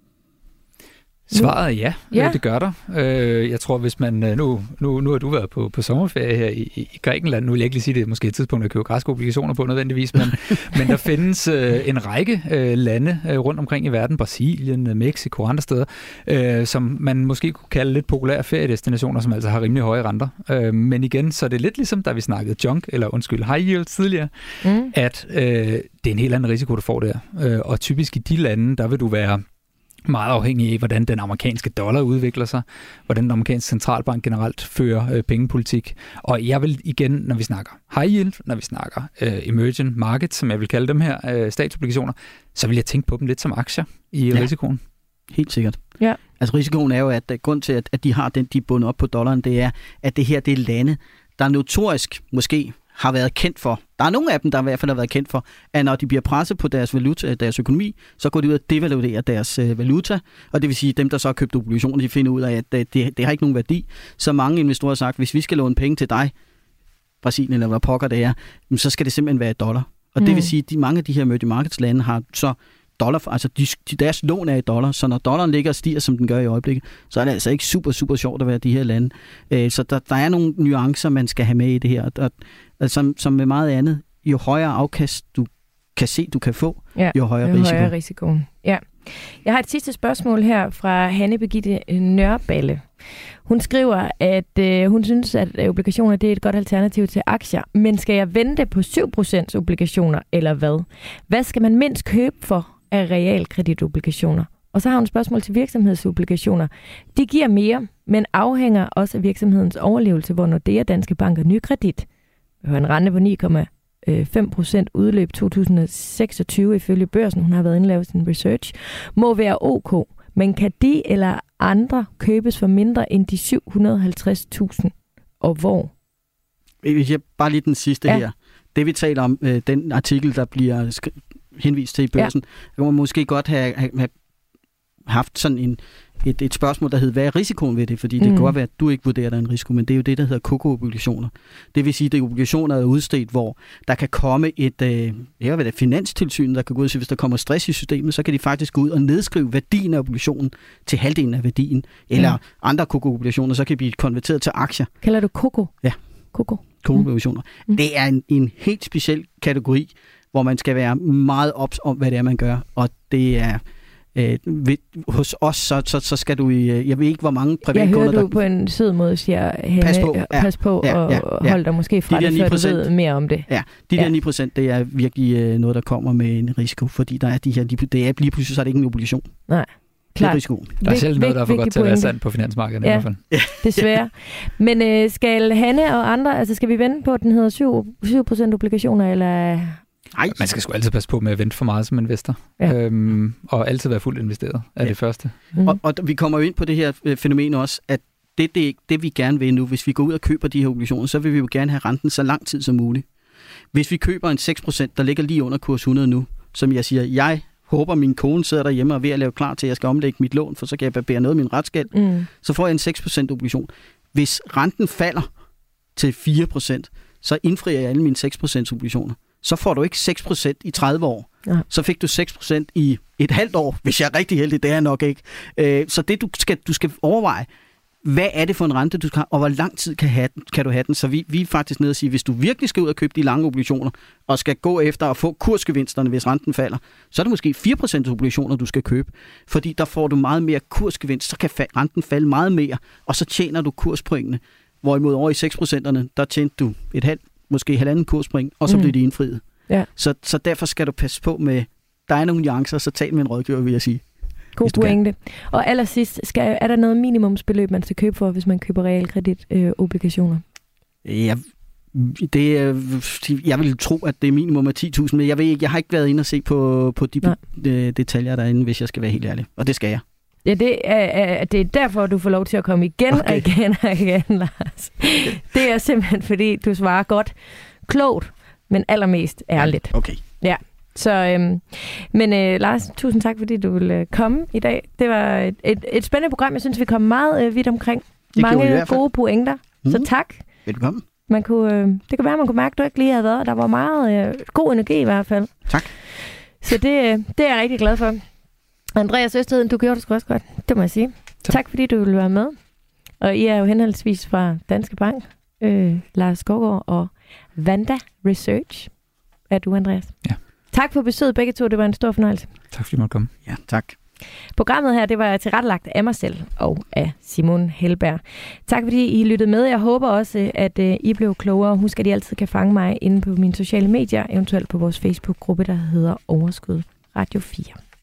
Svaret er ja, ja. det gør der. Jeg tror, hvis man... Nu, nu, nu har du været på, på sommerferie her i, i Grækenland. Nu vil jeg ikke lige sige, det er måske et tidspunkt at købe græske obligationer på nødvendigvis, men, men der findes en række lande rundt omkring i verden, Brasilien, Mexico og andre steder, som man måske kunne kalde lidt populære feriedestinationer, som altså har rimelig høje renter. Men igen, så er det lidt ligesom, da vi snakkede junk, eller undskyld, high yield tidligere, mm. at øh, det er en helt anden risiko, du får der. Og typisk i de lande, der vil du være meget afhængig af, hvordan den amerikanske dollar udvikler sig, hvordan den amerikanske centralbank generelt fører øh, pengepolitik. Og jeg vil igen, når vi snakker high yield, når vi snakker øh, emerging markets, som jeg vil kalde dem her, øh, statsobligationer, så vil jeg tænke på dem lidt som aktier i ja. risikoen. Helt sikkert. Ja. Altså risikoen er jo, at grund til, at, at de har den, de er bundet op på dollaren, det er, at det her, det er lande, der notorisk måske har været kendt for. Der er nogle af dem, der i hvert fald har været kendt for, at når de bliver presset på deres valuta, deres økonomi, så går de ud og devaluerer deres øh, valuta, og det vil sige, at dem, der så har købt obligationer, de finder ud af, at det, det, det har ikke nogen værdi. Så mange investorer har sagt, hvis vi skal låne penge til dig, Brasilien eller hvad pokker det er, så skal det simpelthen være i dollar. Og mm. det vil sige, at de, mange af de her emerging markets lande har så dollar, altså de, deres lån er i dollar, så når dollaren ligger og stiger, som den gør i øjeblikket, så er det altså ikke super, super sjovt at være de her lande. Øh, så der, der er nogle nuancer, man skal have med i det her. Og, og som, som med meget andet, jo højere afkast du kan se, du kan få, ja, jo højere jo risiko. Højere risiko. Ja. Jeg har et sidste spørgsmål her fra Hanne Birgitte Nørballe. Hun skriver, at øh, hun synes, at obligationer det er et godt alternativ til aktier, men skal jeg vente på syv procent obligationer, eller hvad? Hvad skal man mindst købe for af realkreditobligationer? Og så har hun et spørgsmål til virksomhedsobligationer. De giver mere, men afhænger også af virksomhedens overlevelse, hvor Nordea, Danske Bank og Nykredit har en rente på ni komma fem procent udløb to tusind og seksogtyve ifølge børsen. Hun har været inde og lavet sin research. Må være ok, men kan de eller andre købes for mindre end de syv hundrede og halvtreds tusind? Og hvor? Hvis jeg bare lige den sidste ja. her. Det vi taler om, øh, den artikel, der bliver skri- henvist til i børsen, ja. kan man måske godt have, have, have haft sådan en, et, et spørgsmål, der hedder, hvad er risikoen ved det? Fordi det Mm. kan godt være, at du ikke vurderer, der er en risiko, men det er jo det, der hedder CoCo-obligationer. Det vil sige, at det er obligationer, der er udstedt, hvor der kan komme et øh, jeg ved det, finanstilsyn, der kan gå ud og sige, hvis der kommer stress i systemet, så kan de faktisk gå ud og nedskrive værdien af obligationen til halvdelen af værdien. Eller Ja. andre CoCo-obligationer, så kan de blive konverteret til aktier. Kalder du Coco? Ja. Coco. CoCo-obligationer. Mm. Det er en, en helt speciel kategori, hvor man skal være meget ops om, hvad det er, man gør. Og det er øh, ved, hos os, så, så, så skal du i, jeg ved ikke, hvor mange Jeg privatkunder, hører, du der... på en sød måde siger, Henne, Pas på, ja. pas på Ja, og ja, ja. hold dig måske fra De der det, før ni du procent. ved mere om det. Ja, de Ja. der ni procent, det er virkelig øh, noget, der kommer med en risiko, fordi der er de her, det er lige pludselig, så er det ikke en obligation. Nej, Det er klart. risikoen. Der er Vig- sjældent noget, der er for vigtig godt til at være pointe. sandt på finansmarkedet. Ja. I hvert fald. Desværre. Men øh, skal Hanne og andre, altså skal vi vente på, at den hedder syv procent obligationer, eller... Nej, Man skal sgu altid passe på med at vente for meget som investor. Ja. Øhm, og altid være fuldt investeret er Ja. det første. Mm. og, og vi kommer jo ind på det her øh, fænomen også, at det, det, det vi gerne vil nu, hvis vi går ud og køber de her obligationer, så vil vi jo gerne have renten så lang tid som muligt. Hvis vi køber en seks procent, der ligger lige under kurs hundrede nu, som jeg siger, jeg håber, min kone sidder derhjemme og er ved at lave klar til, at jeg skal omlægge mit lån, for så kan jeg barbere noget af min retsgæld, Mm. så får jeg en seks procent obligation. Hvis renten falder til fire procent, så indfrier jeg alle mine seks procent obligationer. Så får du ikke seks procent i tredive år. Ja. Så fik du seks procent i et halvt år, hvis jeg er rigtig heldig, det er jeg nok ikke. Øh, så det, du skal, du skal overveje, hvad er det for en rente, du skal have, og hvor lang tid kan, have den, kan du have den? Så vi, vi er faktisk nede og sige, hvis du virkelig skal ud og købe de lange obligationer, og skal gå efter at få kursgevinsterne, hvis renten falder, så er det måske fire procent obligationer, du skal købe. Fordi der får du meget mere kursgevinst, så kan fa- renten falde meget mere, og så tjener du kurspointene. Hvorimod over i seks procenterne, der tjente du et halvt, måske halvanden kurspoint, og så Mm. blev de indfriet. Ja. Så, så derfor skal du passe på med, der er nogle nuancer, så tal med en rådgiver, vil jeg sige. God hvis du kan. pointe. Og allersidst, skal, er der noget minimumsbeløb, man skal købe for, hvis man køber realkreditobligationer? Øh, obligationer? Ja, det, er- jeg vil tro, at det er minimum af ti tusind, men jeg ved ikke, jeg har ikke været inde og se på, på de Nej. de detaljer derinde, hvis jeg skal være helt ærlig. Og det skal jeg. Ja, det er, er, det er derfor, du får lov til at komme igen okay. og igen og igen, Lars. Det er simpelthen, fordi du svarer godt, klogt, men allermest ærligt. Okay. Ja. Så, øhm, men øh, Lars, tusind tak, fordi du ville øh, komme i dag. Det var et, et, et spændende program. Jeg synes, vi kom meget øh, vidt omkring. Det gjorde vi i Mange hvert fald. gode pointer. Mm. Så tak. Velkommen. Man kunne, øh, det kan være, man kunne mærke, at du ikke lige havde været. Der var meget øh, god energi i hvert fald. Tak. Så det, øh, det er jeg rigtig glad for. Andreas Østheden, du gjorde det sgu også godt. Det må jeg sige. Tak, tak fordi du ville være med. Og I er jo henholdsvis fra Danske Bank, øh, Lars Skovgaard og Vanda Research. Er du, Andreas? Ja. Tak for besøget begge to. Det var en stor fornøjelse. Tak fordi I måtte komme. Ja, tak. Programmet her, det var tilrettelagt af mig selv og af Simon Helberg. Tak fordi I lyttede med. Jeg håber også, at uh, I blev klogere. Husk, at I altid kan fange mig inde på mine sociale medier, eventuelt på vores Facebook-gruppe, der hedder Overskud Radio fire.